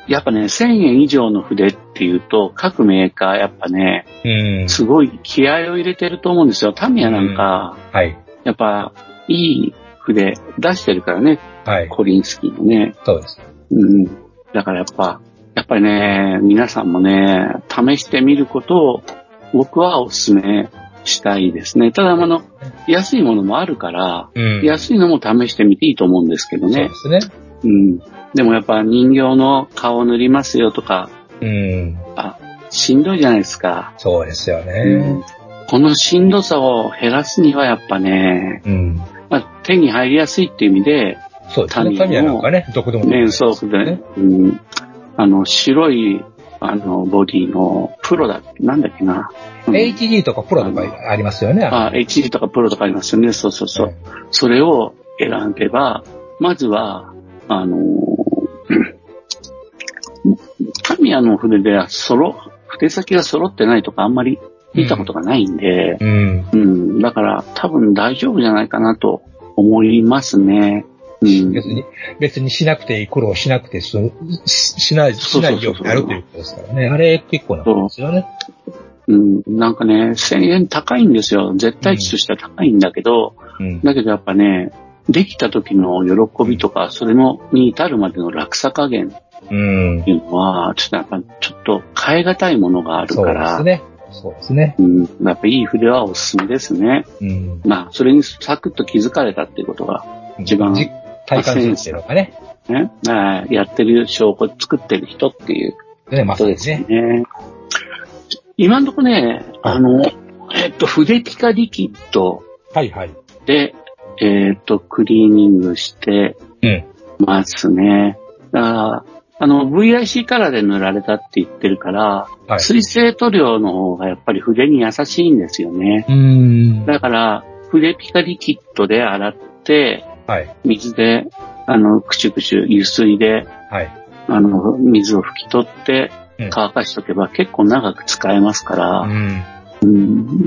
やっぱね、せんえん以上の筆っていうと、各メーカーやっぱね、うん、すごい気合を入れてると思うんですよ。タミヤなんか、うん、はい、やっぱ、いい筆出してるからね。はい。コリンスキーのね。そうです。うん。だからやっぱ、やっぱりね、皆さんもね、試してみることを僕はお勧めしたいですね。ただ、あの、安いものもあるから、うん、安いのも試してみていいと思うんですけどね。そうですね。うん。でもやっぱ人形の顔塗りますよとか、うん。あ、しんどいじゃないですか。そうですよね。うん、このしんどさを減らすにはやっぱね、うん。まあ、手に入りやすいっていう意味で、そうですね。タミヤなんかね、どこでも。面相筆で、うん。あの、白い、あの、ボディのプロだ、なんだっけな。うん、エイチディー とかプロとかありますよね。ああ、エイチディー とかプロとかありますよね。そうそうそう。うん、それを選べば、まずは、あのー、タミヤの筆では揃、筆先が揃ってないとかあんまり見たことがないんで、うん。うん、だから多分大丈夫じゃないかなと思いますね。うん、別に、別にしなくていい、苦労しなくてす、しない、しないようになるということですからね。あれ結構なんですよね。うん、なんかね、せんえん高いんですよ。絶対値としては高いんだけど、うん、だけどやっぱね、できた時の喜びとか、それのに至るまでの楽さ加減っていうのは、ちょっとやっぱちょっと変え難いものがあるから。そうですね。そうですね。うん。やっぱいい筆はおすすめですね。うん。まあ、それにサクッと気づかれたっていうことが一番、うん、体感するっていうのがね。ね。あやってる証拠、作ってる人っていうことですね。ね今のところね、あの、えっと、筆ピカリキッド。はいはい。で、えっと、クリーニングしてますね。だから、あの、ブイアイシー カラーで塗られたって言ってるから、はい、水性塗料の方がやっぱり筆に優しいんですよね。うーんだから、筆ピカリキッドで洗って、はい、水で、あの、くしゅくしゅ油水で、はい、あの、水を拭き取って、乾かしとけば結構長く使えますから、うんうん、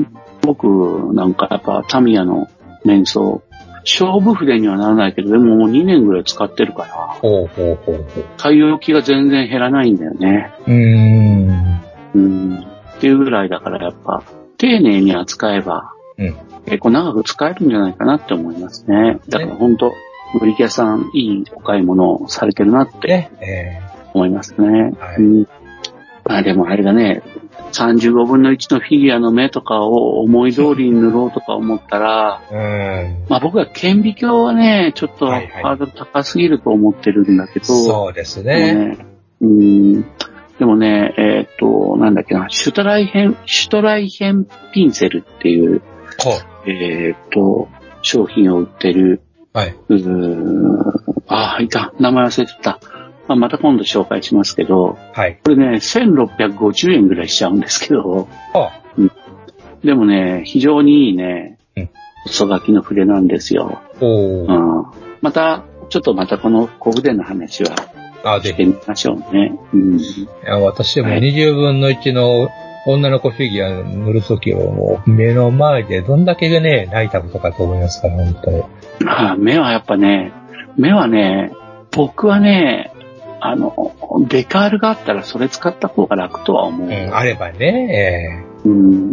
僕なんかやっぱタミヤの面相、勝負筆にはならないけど、でももうにねんぐらい使ってるから、ほうほうほうほう買い置きが全然減らないんだよね。うーん。うん。っていうぐらいだからやっぱ、丁寧に扱えば、うん、結構長く使えるんじゃないかなって思いますね。だから本当、ブリキャさんいいお買い物をされてるなって思いますね。はい、うんあでもあれだね、さんじゅうごぶんのいちのフィギュアの目とかを思い通りに塗ろうとか思ったら、うんまあ僕は顕微鏡はね、ちょっとハードル高すぎると思ってるんだけど、はいはい、そうですね。うんでもね、えっと、なんだっけな、シュトライヘン、シュトライヘンピンセルっていう、えっと、商品を売ってる、はい、うーあ、いた、名前忘れてた。まあ、また今度紹介しますけど、はい、これね、せんろっぴゃくごじゅうえんぐらいしちゃうんですけど、ああうん、でもね、非常にいいね、細書きの筆なんですよ。おうん、また、ちょっとまたこの小筆の話はしてみましょうね。うん、いや私もにじゅうぶんのいちの女の子フィギュア塗るときはもう目の前でどんだけね、泣いたことかと思いますから、本当に。まあ、目はやっぱね、目はね、僕はね、あの、デカールがあったらそれ使った方が楽とは思う。うん、あればね。うん、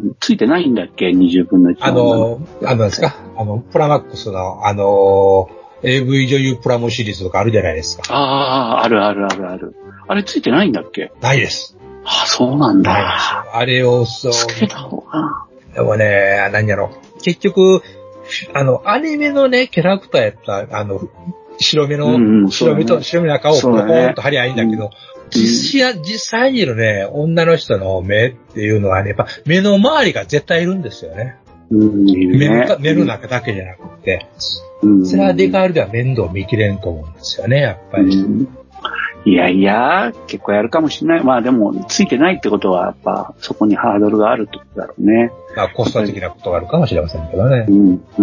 ついてないんだっけ ?にじゅうぶんのいち。あの、あのですかあの、プラマックスの、あの、エーブイ 女優プラモシリーズとかあるじゃないですか。ああ、あるあるあるある。あれついてないんだっけないです。ああ、そうなんだ。ないです。あれをそう。つけた方が。でもね、何やろ。結局、あの、アニメのね、キャラクターやった、あの、白目の、うんうん、白目と、ね、白目の赤をポコーンと貼りゃいいんだけど、ねうん、実際、実際にいるね、女の人の目っていうのはね、やっぱ目の周りが絶対いるんですよね。うん、目の、目の中だけじゃなくて、うん、それはデカールでは面倒見きれんと思うんですよね、やっぱり。うん、いやいや、結構やるかもしれない。まあでも、ついてないってことは、やっぱ、そこにハードルがあるってことだろうね。まあ、コスト的なことがあるかもしれませんけどね。うん、うん。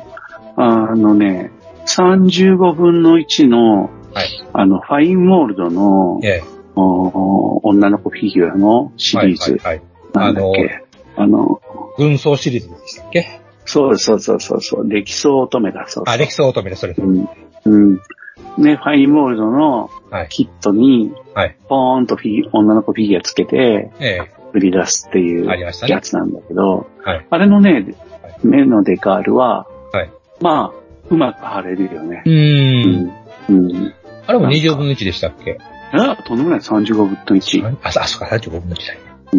あのね、さんじゅうごぶんのいちの、はい、あの、ファインモールドの、ええ、女の子フィギュアのシリーズ。はいはいはい、なんだっけあの、あの軍曹シリーズでしたっけそうそうそうそうそう。歴層乙女だそうそう。あ、歴層乙女だ、それ。うん。うん。ね、ファインモールドの、 キットに、ポーンとフィ女の子フィギュアつけて、売り出すっていうやつなんだけど、あれのね、目のデカールは、まあ、うまく貼れるよね。 うん。うん。あれもにじゅうごぶんのいちでしたっけ？ え、とんでもない。さんじゅうごぶんのいち。 あ、そっか、さんじゅうごぶんのいちだよ。 うん。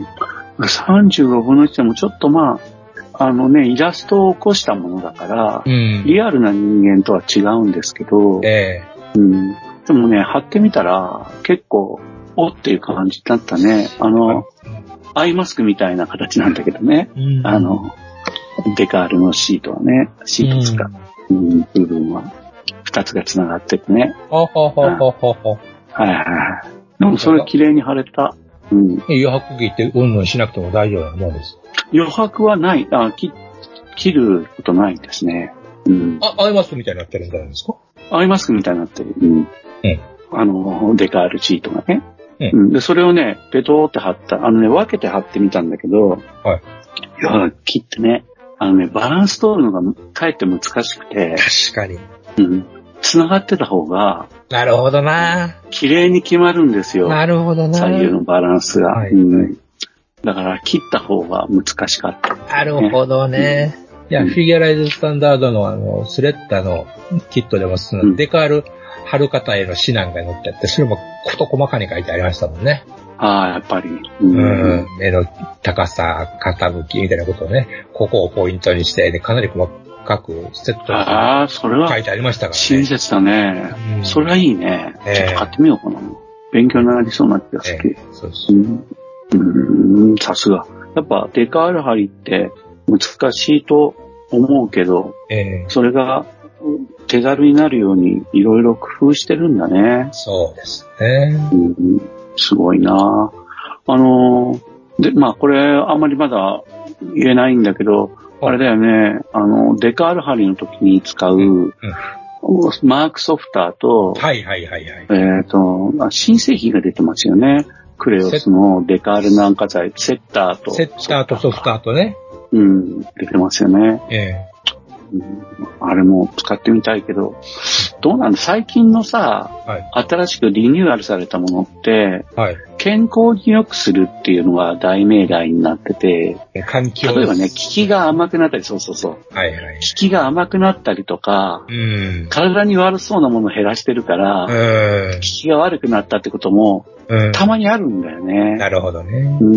さんじゅうごぶんのいちでもちょっとまあ、あのね、イラストを起こしたものだから、うん、リアルな人間とは違うんですけど、えーうん、でもね、貼ってみたら結構、おっていう感じだったね。あの、アイマスクみたいな形なんだけどね。うん、あの、デカールのシートはね、シートつか、うん、部分は、二つが繋がっててね。 ははははは。 はいはいはい。でもそれ綺麗に貼れた。うん。 余白切ってうんうんしなくても大丈夫なもんです。 余白はない。あ、切、切ることないですね。うん。 あ、アイマスクみたいになってるんじゃないですか？ アイマスクみたいになってる。うん。うん。あの、デカールシートがね。うん。で、それをね、ペトーって貼った。あのね、分けて貼ってみたんだけど、はい。いや、切ってね、あのね、バランス取るのがかえって難しくて。 確かに。 うん。繋がってた方が、 なるほどな。 綺麗に決まるんですよ。 なるほどな。 左右のバランスが。はい、うん。だから切った方が難しかった、ね。 なるほどね。うん、いや、うん、フィギュアライズスタンダードのあの、スレッダのキットでもその、うん、デカール貼る方への指南が載ってあって、それもこと細かに書いてありましたもんね。 ああ、やっぱり。 うん、うん。目の高さ、傾きみたいなことをね、ここをポイントにして、ね、かなり細かくセットああ、それは書いてありましたからね。 親切だね。うん、それはいいね。えー、ちょっと買ってみようかな。勉強になりそうな気がする。えー、そうです。うん、さすが。やっぱデカール貼りって難しいと思うけど、えー、それが手軽になるようにいろいろ工夫してるんだね。 そうですね。 うん、すごいな。あの、で、まあこれあんまりまだ言えないんだけど、あれだよね、あの、デカール貼りの時に使う、うんうん、マークソフターと、 はいはいはいはい。 えっと、新製品が出てますよね。クレオスのデカール軟化剤、セッターと。 セッターとソフターとね。 うん、出てますよね。ええ。うん、あれも使ってみたいけど、どうなんだ最近のさ、はい、新しくリニューアルされたものって、はい、健康に良くするっていうのが大命題になってて、 環境例えばね、効きが甘くなったり、そうそうそう。はいはい。効きが甘くなったりとか、うん、体に悪そうなものを減らしてるから、うん、効きが悪くなったってことも、うん、たまにあるんだよね。 なるほどね。 うん、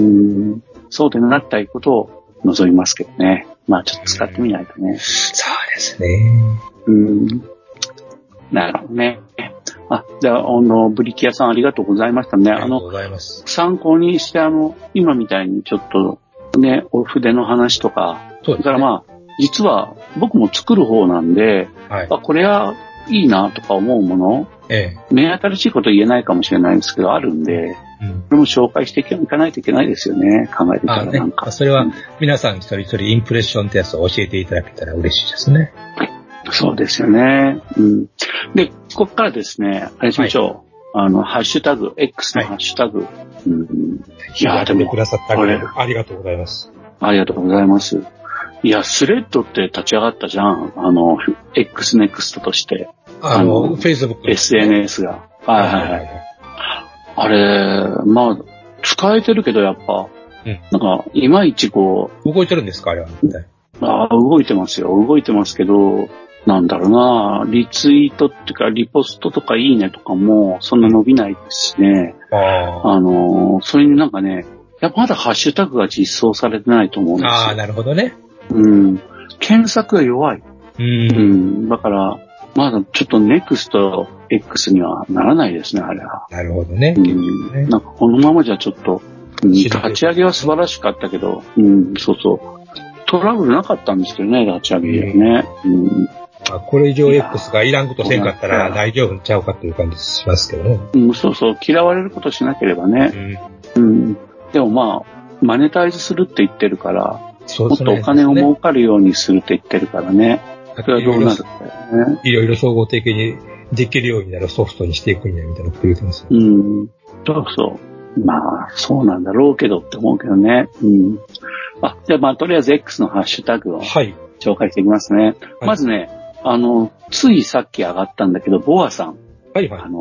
そうでなったことを望みますけどね。まあちょっと使ってみないとね。うん、 そうですね。 うん。なるほどね。あ、じゃあ、あの、ブリキ屋さんありがとうございましたね。 ありがとうございます。 参考にして、あの、今みたいにちょっと、ね、お筆の話とか、そうですね。それからまあ、実は僕も作る方なんで、はい、あ、これはいいなとか思うもの、ええ、目新しいこと言えないかもしれないんですけど、あるんで、うん、これも紹介していかないといけないですよね。考えてたらなんか。 ね、それは皆さん一人一人インプレッションってやつを教えていただけたら嬉しいですね。 そうですよね。うん。で、ここからですね、あれしましょう。はい、あの、ハッシュタグ、X のハッシュタグ。はい、うん、 いや、でも、くださったありがとうございます。 ありがとうございます。いや、スレッドって立ち上がったじゃん。あの、X ネクストとして。 あの、Facebook、 ね。エスエヌエス が。はいはいはい。あれ、まあ、使えてるけどやっぱ、うん、なんか、いまいちこう。動いてるんですかあれは。 ああ、動いてますよ。動いてますけど、なんだろうな、リツイートっていうか、リポストとかいいねとかも、そんな伸びないですしね。あ, あの、それになんかね、やっぱまだハッシュタグが実装されてないと思うんですよ。 ああ、なるほどね。 うん。検索が弱い。うん。うん。だから、まだちょっとネクスト X にはならないですね、あれは。 なるほどね。 うん。ね、なんかこのままじゃちょっと、うん、立ち上げは素晴らしかったけど、うん、そうそう。トラブルなかったんですけどね、立ち上げね。うん。うんあ、これ以上 X がいらんことせんかったら大丈夫ちゃうかっていう感じしますけどね。 うん、そうそう、嫌われることしなければね。うん。うん、でもまあ、マネタイズするって言ってるから、そうですね、もっとお金を儲かるようにするって言ってるからね。それはどうなるかだよね。 いろいろ総合的にできるようになるソフトにしていくんやみたいなこと言ってますよ。 うん。そうそう。まあ、そうなんだろうけどって思うけどね。うん。あ、じゃあまあ、とりあえず X のハッシュタグを紹介していきますね。はい、まずね、あの、ついさっき上がったんだけど、ボアさん。はいはい。あの、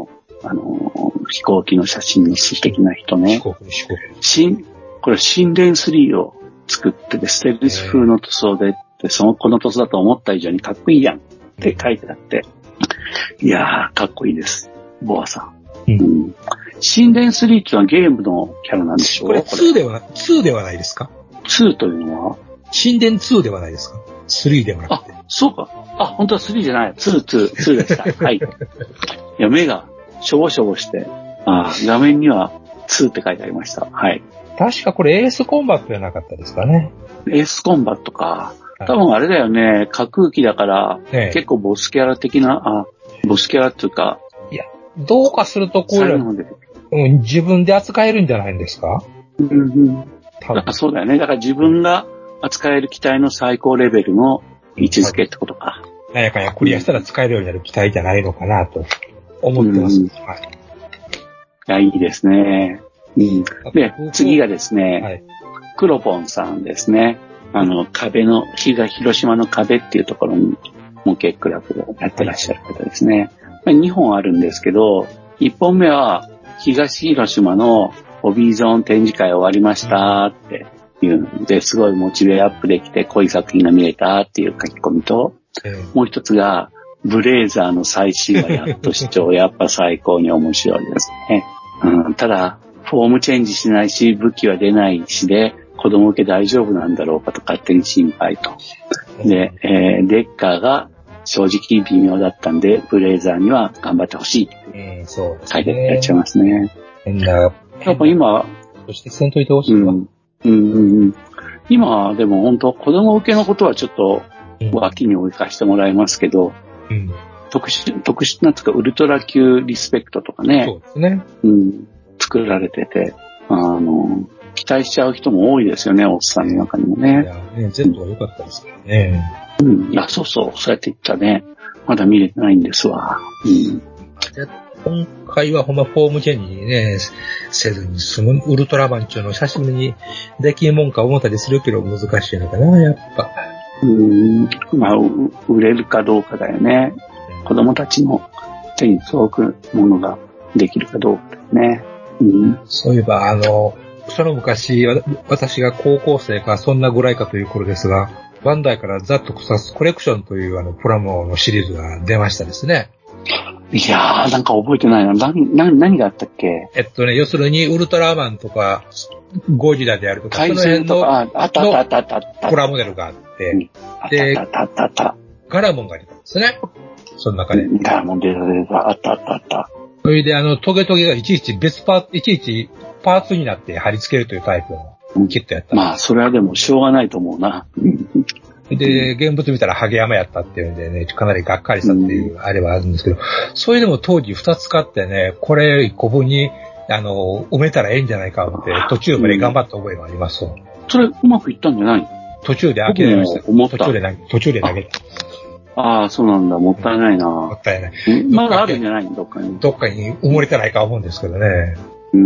あのー、飛行機の写真の素敵な人ね。 飛行機の飛行機。 新、これ、神殿スリーを作ってて、ステルス風の塗装で、でその、この塗装だと思った以上にかっこいいやんって書いてあって、いやー、かっこいいです。ボアさん。うん。神殿スリーってのはゲームのキャラなんでしょう？ これツーでは、ツーではないですか？ ツーというのは神殿ツーではないですか？スリーではなくて。 あ、そうか。あ、本当はスリーじゃない。ツー、ツー、ツーでした。はい。いや、目がしょぼしょぼして、あ、画面にはツーって書いてありました。はい。 確かこれエースコンバットじゃなかったですかね。 エースコンバットか。多分あれだよね。架空機だから、ええ、結構ボスキャラ的な、あ、ボスキャラっていうか。 いや、どうかするとこういうの、うん、自分で扱えるんじゃないんですか？ うんうん。多分そうだよね。だから自分が扱える機体の最高レベルの位置づけってことか。 なんやかんやクリアしたら使えるようになる機体じゃないのかなと思ってます。うん、はい。 いや、いいですね。うん。で、次がですね、はい、クロポンさんですね。あの、壁の、東広島の壁っていうところに模型クラブをやってらっしゃる方ですね。にほんあるんですけど、いっぽんめは東広島のホビーゾーン展示会終わりましたっていうので、すごいモチベアップできて濃い作品が見れたっていう書き込みと、もう一つがブレイザーの最新話やっと視聴、やっぱ最高に面白いですね。うん、ただ、フォームチェンジしないし、武器は出ないしで、子供受け大丈夫なんだろうかと勝手に心配と。で、えー、デッカーが正直微妙だったんで、ブレイザーには頑張ってほしいって書いてやっちゃいますね。 変な、 やっぱ今、 そしてせんといてほしいわ。 うんうんうん、今、でも本当子供受けのことはちょっと脇に置かしてもらいますけど、うん、特殊、特殊なつかウルトラ級リスペクトとかね。 そうですね。 うん、作られてて、あの、期待しちゃう人も多いですよね、おっさんの中にもね。 いや、ね、Z は良かったですからね。 うん、いや、そうそう、そうやって言ったね。まだ見れてないんですわ。うん。 今回はほんまフォームチェンジにね、せずに済むウルトラマンっていうのを久しぶりにできんもんか思ったりするけど難しいのかな、やっぱ。 うーん、まあ、売れるかどうかだよね。うん、子供たちの手に届くものができるかどうかだよね。うん、 そういえば、あの、その昔、私が高校生かそんなぐらいかという頃ですが、バンダイからザ・トクサスコレクションというあのプラモのシリーズが出ましたですね。 いやー、なんか覚えてないな。何、何、何があったっけ？ えっとね、要するにウルトラマンとか、ゴジラであるとか、 その辺の、あったあったあったあった。 プラモデルがあって、うん、 で、あったあったあった。 ガラモンが出たんですね。その中で。 ガラモン出た出た、あったあったあった。 それであの、トゲトゲがいちいち別パーツ、いちいちパーツになって貼り付けるというタイプのキットやった。 まあ、それはでもしょうがないと思うな。 で、現物見たらハゲ山やったっていうんでね、かなりがっかりしたっていうあれはあるんですけど、それでも当時ふたつ買ってね、これいっこぶんに、あの、埋めたらええんじゃないかって、途中まで頑張った覚えがあります。 それうまくいったんじゃない？ 途中で諦めました。途中で投げ、途中で投げた。 ああ、そうなんだ。もったいないな。 もったいない。 まだあるんじゃないの？どっかに。 どっかに埋もれてないか思うんですけどね。 うん。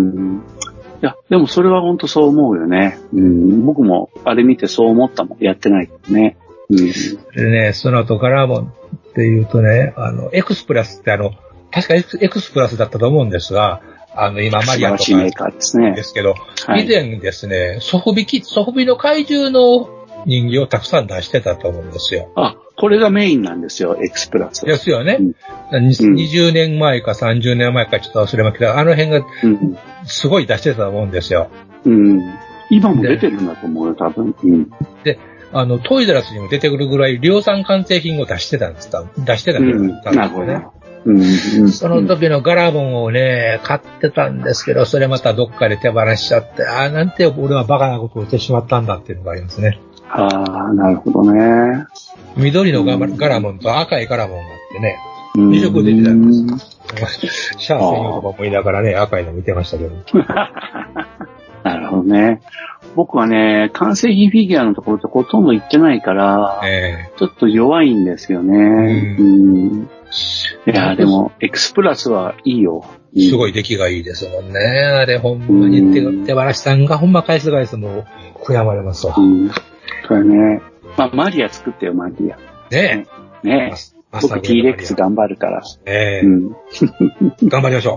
いや、でもそれは本当そう思うよね。うん。僕もあれ見てそう思ったもん。やってないけどね。うん。 でね、その後ガラモンっていうとね、あの、エクスプラスってあの、確かエクスプラスだったと思うんですが、あの、今マリアとかメーカーですね。 ですけど、はい、以前ですね、ソフビキ、ソフビの怪獣の人形をたくさん出してたと思うんですよ。 あ、これがメインなんですよ、エクスプラス。 ですよね。うん、にじゅうねんまえかさんじゅうねんまえかちょっと忘れましたけど、あの辺がすごい出してたと思うんですよ。 うん。今も出てるんだと思うよ、多分。うん。 で、あの、トイザラスにも出てくるぐらい量産完成品を出してたんです。出してたんです、 うん、なるほど。うんうん、 その時のガラモンをね、買ってたんですけど、それまたどっかで手放しちゃって、ああ、なんて俺はバカなことをしてしまったんだっていうのがありますね。 ああ、なるほどね。 緑のガラモンと赤いガラモンがあってね、に色出てたんです。シャア専用とか思いながらね、赤いの見てましたけど。 なるほどね。僕はね、完成品フィギュアのところってほとんど行ってないから、えー、ちょっと弱いんですよね。うん、いや、でも、エクスプラスはいいよ。 すごい出来がいいですもんね。あれ、ほんまに手手放しさんがほんま返す返すもう悔やまれますわ。うん。 それね。まあ、マリア作ってよ、マリア。 ねえ。 ねえ。僕 T-レックス 頑張るから。 ええー。うん、頑張りましょう。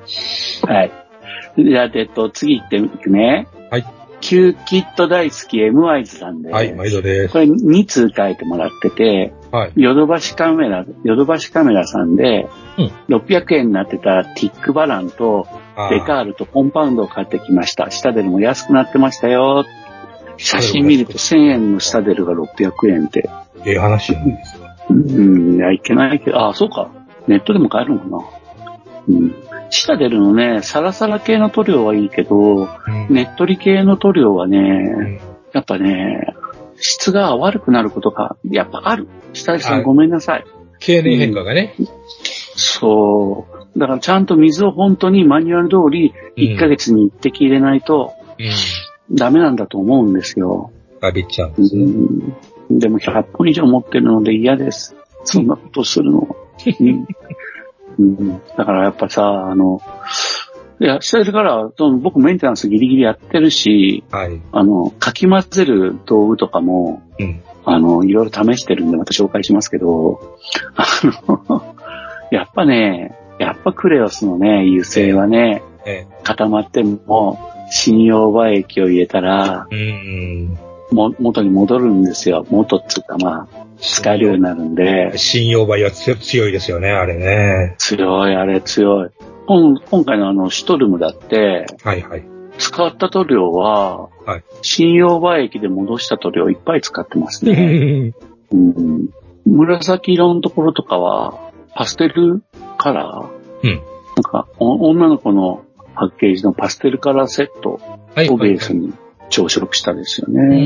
はい。じゃあ、えっと、次行っていくね。 はい。 キューキッド大好き エムワイズ さんで。 はい、毎度です。 これに通書いてもらってて、はい。ヨドバシカメラ、ヨドバシカメラさんで、うん、ろっぴゃくえんになってたティックバランと、デカールとコンパウンドを買ってきました。シタデルも安くなってましたよ。写真見るとせんえんのシタデルがろっぴゃくえんって。 ええ話なんですか？ うん、いや、いけないけど、ああ、そうか。ネットでも買えるのかな。うん。シタデルのね、サラサラ系の塗料はいいけど、うん、ねっとり系の塗料はね、うん、やっぱね、質が悪くなることが、やっぱある。シタデルさん、はい、ごめんなさい。 経年変化がね、 うん。そう。だからちゃんと水を本当にマニュアル通りいっかげつにいってき入れないと、うん、ダメなんだと思うんですよ。 あびっちゃうんですね、 うん。でもひゃっぽん以上持ってるので嫌です。そんなことするのは。うんうん、だからやっぱさ、あの、いや、してるから、僕メンテナンスギリギリやってるし、はい、あの、かき混ぜる道具とかも、うん、あの、いろいろ試してるんでまた紹介しますけど、あの、やっぱね、やっぱクレオスのね、油性はね、ええ、固まっても、新溶媒液を入れたら、うん、も元に戻るんですよ。元っつうかまあ、使えるようになるんで。 新溶媒は強いですよね、あれね。 強い、あれ強い。今, 今回のあの、シュトルムだって、 はいはい。 使った塗料は、はい、新溶媒液で戻した塗料いっぱい使ってますね。うん、紫色のところとかは、パステルカラー、うん、なんか、女の子のパッケージのパステルカラーセットをベースに調色したですよね。はいはいはい、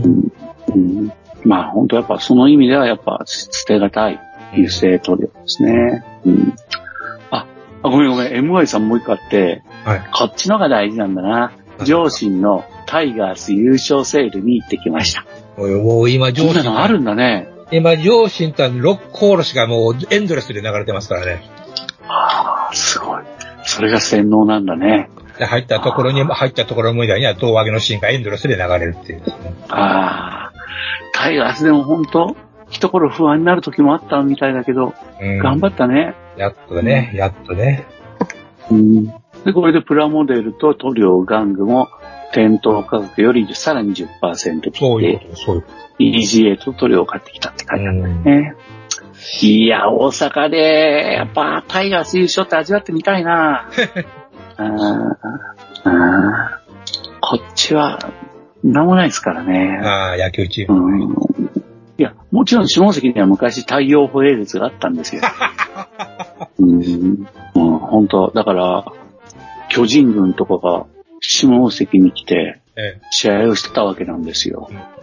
うんうん、まあ本当やっぱその意味ではやっぱ捨てがたい油性塗料ですね。うん、あ, あ、ごめんごめん、エムワイ さんもう一個あって、はい、こっちのが大事なんだな。上信のタイガース優勝セールに行ってきました。 おいおい、今上信。 そんなのあるんだね。 今上信とロックコールしかもうエンドレスで流れてますからね。 ああ、すごい。それが洗脳なんだね。 で入ったところに、入ったところみたいには胴上げのシーンがエンドレスで流れるっていうですね。 ああ、タイガースでも本当一頃不安になる時もあったみたいだけど、うん、頑張ったね。 やっとね、やっとね。 うん。で、これでプラモデルと塗料玩具も店頭価格よりさらに じゅっパーセント 切って、そういうこと、そういうこと。イージーエー と塗料を買ってきたって書いてあるんだよね。いや、大阪で、やっぱタイガース優勝って味わってみたいなああこっちは、なんもないですからね。 ああ、野球チーム、ね。うん。 いや、もちろん下関には昔太陽ホエールズがあったんですよ。うん、うん、本当だから、巨人軍とかが下関に来て、試合をしてたわけなんですよ。うん、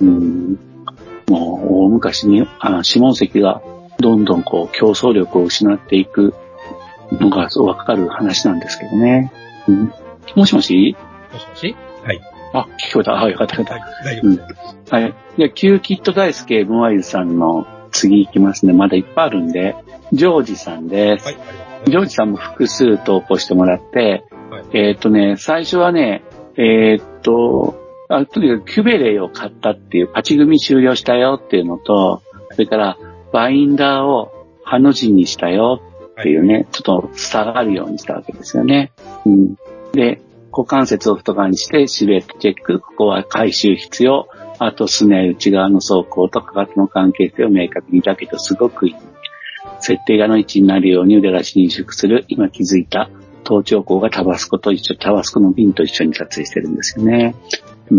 もう、大昔に、あ下関がどんどんこう、競争力を失っていくのがわかる話なんですけどね。うん、もしもしもしもしはい。 あ、聞こえた。はい、よかった、よかった。はい、大丈夫です。うん、はい。じゃあ、キューキッド大好き エムワイ さんの次行きますね。まだいっぱいあるんで、ジョージさんです。はい。ジョージさんも複数投稿してもらって、はい、えっとね、最初はね、えー、っと、あ、とにかくキュベレイを買ったっていう、パチ組み終了したよっていうのと、それからバインダーをハの字にしたよっていうね、はい、ちょっと下がるようにしたわけですよね。うん、で、股関節を太側にしてシルエットチェック、ここは回収必要、あとすね内側の走行とかかとの関係性を明確にだけどすごくいい。設定画の位置になるように腕出しに縮する、今気づいた頭頂孔がタバスコと一緒、タバスコの瓶と一緒に撮影してるんですよね。うん。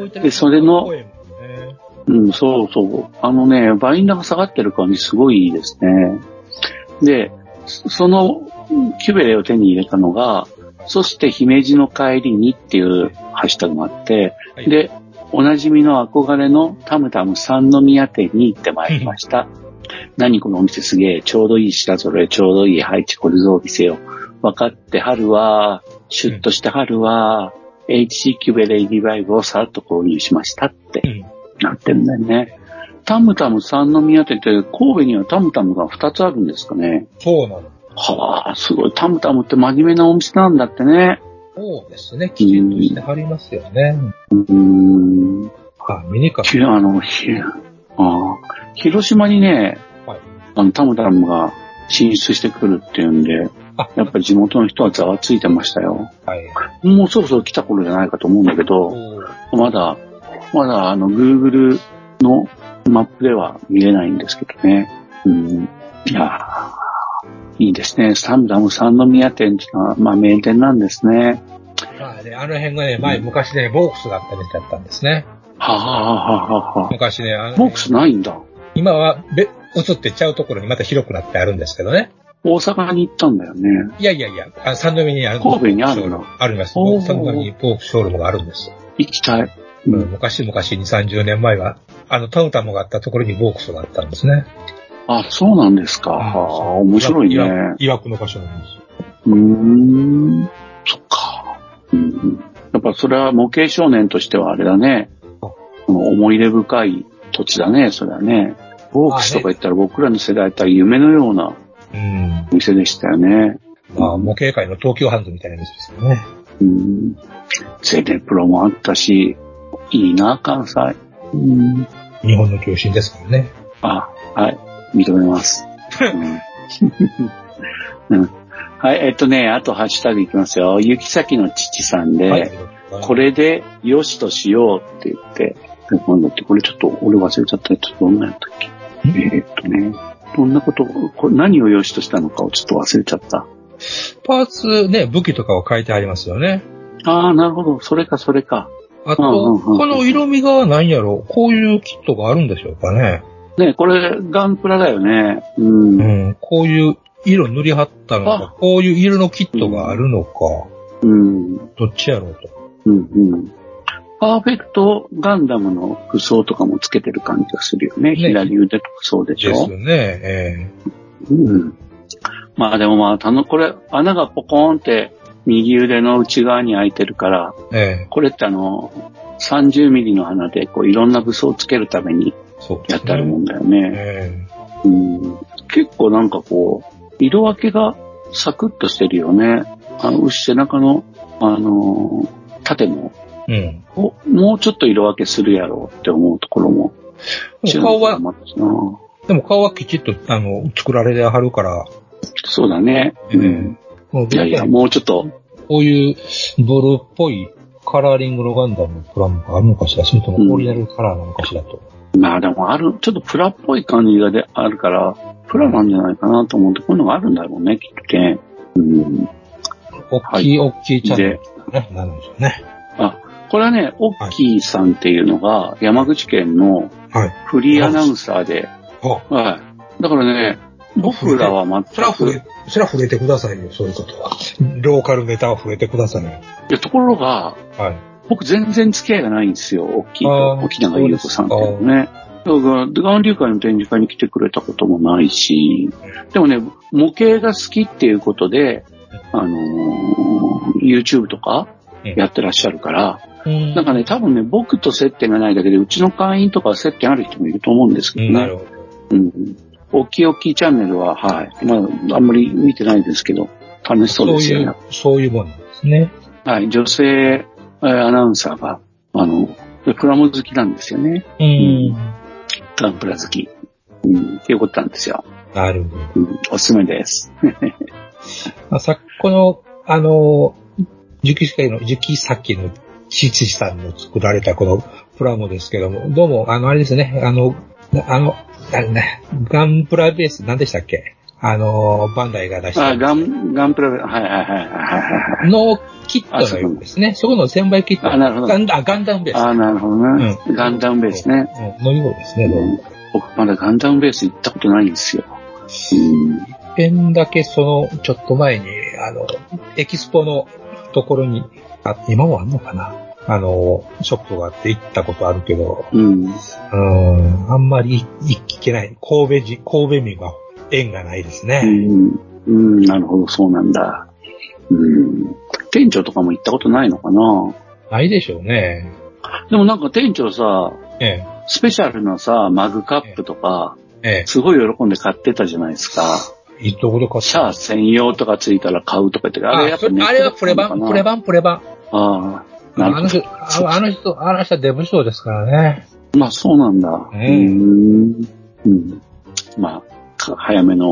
で、それの、うん、そうそう。あのね、バインダーが下がってる感じすごいいいですね。で、そのキュベレを手に入れたのが、そして姫路の帰りにっていうハッシュタグがあって、はい、で、おなじみの憧れのタムタム三宮店に行ってまいりました。何このお店すげえ、ちょうどいい品揃え、ちょうどいい配置、これぞお店よ。分かって春は、シュッとして春は、うん、エイチシー キュベレイリバイブをさらっと購入しましたってなってるんだよね。タムタム三宮店って神戸にはタムタムがふたつあるんですかね。 そうなの。 はあ、すごい。タムタムって真面目なお店なんだってね。 そうですね。きちんとしてはりますよね。 うーん。 あ、ミニカフェ。あの、ひ、あ広島にね、はい、あの、タムタムが進出してくるっていうんで、やっぱり地元の人はざわついてましたよ。 はい。 もうそろそろ来た頃じゃないかと思うんだけど、まだ、まだあの、Google のマップでは見れないんですけどね。うん。いやー、いいですね。サンダム三宮店っていうのは、まあ名店なんですね。 まあね、あの辺がね、前、昔ね、ボークスがあった店だったんですね。 はぁはぁはぁはぁはぁ。 昔ね、あの、 ボークスないんだ。 今は、べ、移ってちゃうところにまた広くなってあるんですけどね。 大阪に行ったんだよね。 いやいやいや、あ三宮にあるんです。神戸にあるの？ あります。三宮にボークスショールームがあるんです。 行きたい。 うん、昔々に、さんじゅうねんまえは、あの、タムタムがあったところにボークスがあったんですね。 あ、そうなんですか。はあ、面白いね。 いわくの場所なんです。 うーん、そっか。うん、やっぱそれは模型少年としてはあれだね。思い入れ深い土地だね、それはね。ボークスとか言ったら僕らの世代だったら夢のような店でしたよね。 うん、まあ、模型界の東京ハンズみたいな店ですよね。 うん。ゼネプロもあったし、いいな、関西。 うん、日本の中心ですからね。 あ、はい。認めます。うんうん、はい、えっとね、あとハッシュタグいきますよ。ゆきさきの父さんで、はい、これでよしとしようって言って、なんだって、これちょっと俺忘れちゃった。ちょっとどんなやったっけ。えー、っとね、どんなこと、これ何をよしとしたのかをちょっと忘れちゃった。 パーツね、武器とかを書いてありますよね。 ああ、なるほど。それか、それか。 あと、うんうんうん、この色味が何やろう、こういうキットがあるんでしょうかね。 ね、これ、ガンプラだよね。うん。 うん、こういう色塗り貼ったのか、こういう色のキットがあるのか。 うん。 どっちやろうと。 うんうん。パーフェクトガンダムの服装とかもつけてる感じがするよね。ね、左腕とかそうでしょ。 ですよね。ええー、うん。まあでもまあ、たの、これ、穴がポコーンって右腕の内側に開いてるから、えー、これってあの、さんじゅうミリの穴でこういろんな武装をつけるためにやってあるもんだよね。えー、うん、結構なんかこう、色分けがサクッとしてるよね。あの、背中の、あの、縦も、うん、もうちょっと色分けするやろうって思うところも。 顔は、でも顔はきちっと、あの、作られてはるから。 そうだね。うん。いやいや、もうちょっと。 こういうブルーっぽいカラーリングのガンダムのプラモがあるのかしら、それともオリジナルカラーなのかしらと。 うん、まあでもある、ちょっとプラっぽい感じがであるから、プラなんじゃないかなと思って、こういうのがあるんだろうね、きっとね。うん。 大きい、大きいチャンネルね。なるんでしょうね。 あ、これはね、オッキーさんっていうのが山口県のフリーアナウンサーで、はい。はい、だからね、僕らは全く。 それは触れ、それは触れてくださいよ、そういうことは。ローカルネタは触れてくださいよ。 いや、ところが、はい、僕全然付き合いがないんですよ、オッキーと沖永優子さんっていうのね。だから、ガンリュー会の展示会に来てくれたこともないし、でもね、模型が好きっていうことで、あのー、YouTube とかやってらっしゃるから、うん、なんかね、多分ね、僕と接点がないだけで、うちの会員とか接点ある人もいると思うんですけどね。うん、なるほど。うん。大きい大きいチャンネルは、はい。まあ、あんまり見てないですけど、楽しそうですよね。 そういう、そういうもんなんですね。 はい。女性アナウンサーが、あの、プラモ好きなんですよね。 うん。うん、 ガンプラ好き。うん。っていうことなんですよ。 なるほど。 うん、おすすめです。 さっき、この、あの、樹木先の、樹木先の父さんの作られたこのプラモですけども、どうも、あの、あれですね、あの、あの、あれね、ガンプラベース、何でしたっけ？あの、バンダイが出した。 あ、ガン、ガンプラベース、はいはいはいはい。 のキットのようですね。そこの専売キット。 あ、なるほど。 ガンダ、ガンダムベース。 あ、なるほどね。うん、ガンダムベースね。 うん、のようですね、どうも。 僕まだガンダムベース行ったことないんですよ。 うん。一遍だけその、ちょっと前に、あの、エキスポのところに、あ、今もあんのかな？あの、ショップがあって行ったことあるけど、うん。うん、あんまり行けない。神戸人、神戸民は縁がないですね。 うん、うん、なるほど、そうなんだ。うん。店長とかも行ったことないのかな？ ないでしょうね。 でもなんか店長さ、ええ、スペシャルなさ、マグカップとか、ええ、すごい喜んで買ってたじゃないですか。 いいとこで買った。 シャア専用とかついたら買うとか言って、 あれやっぱネットだったのかな？あれはプレバン、プレバン、プレバン。 ああ。 あの人、あの人、あの人はデブ賞ですからね。 まあそうなんだ。うん。うん。まあ、早めの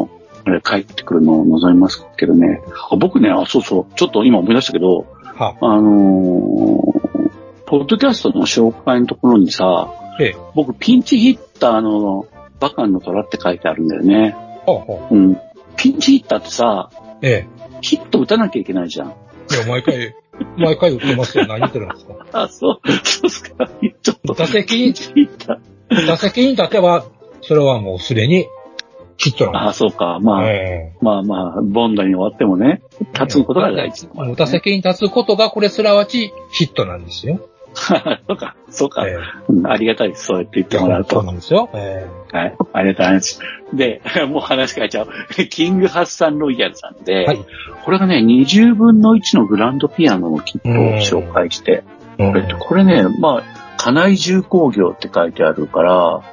あれ帰ってくるのを望みますけどね。あ僕ね、あ、そうそう、ちょっと今思い出したけど、はあ、あのー、ポッドキャストの紹介のところにさ、ええ、僕ピンチヒッターのバカンの虎って書いてあるんだよね。はあはあ、うん。ピンチヒッターってさ、ええ、ヒット打たなきゃいけないじゃん。いや、毎回、毎回打ってますよ。何言ってるんですか。 あ、そう、そうっすか。ちょっと。 打席に、打席に立てば、それはもうすでにヒットなんです。 あ、そうか。まあ、えー、まあまあ、ボンダに終わってもね、立つことが大事、 ね。打席に立つことが、これすらわちヒットなんですよ。 そうか、そうか、えーうん。ありがたいです。そうやって言ってもらうと。 そうなんですよ。えー、はい。ありがとうございます。で、もう話変えちゃう。キングハッサンロイヤルさんで、はい、これがね、にじゅうぶんのいちのグランドピアノのキットを紹介して、えっと、これね、まあ、金井重工業って書いてあるから、はい、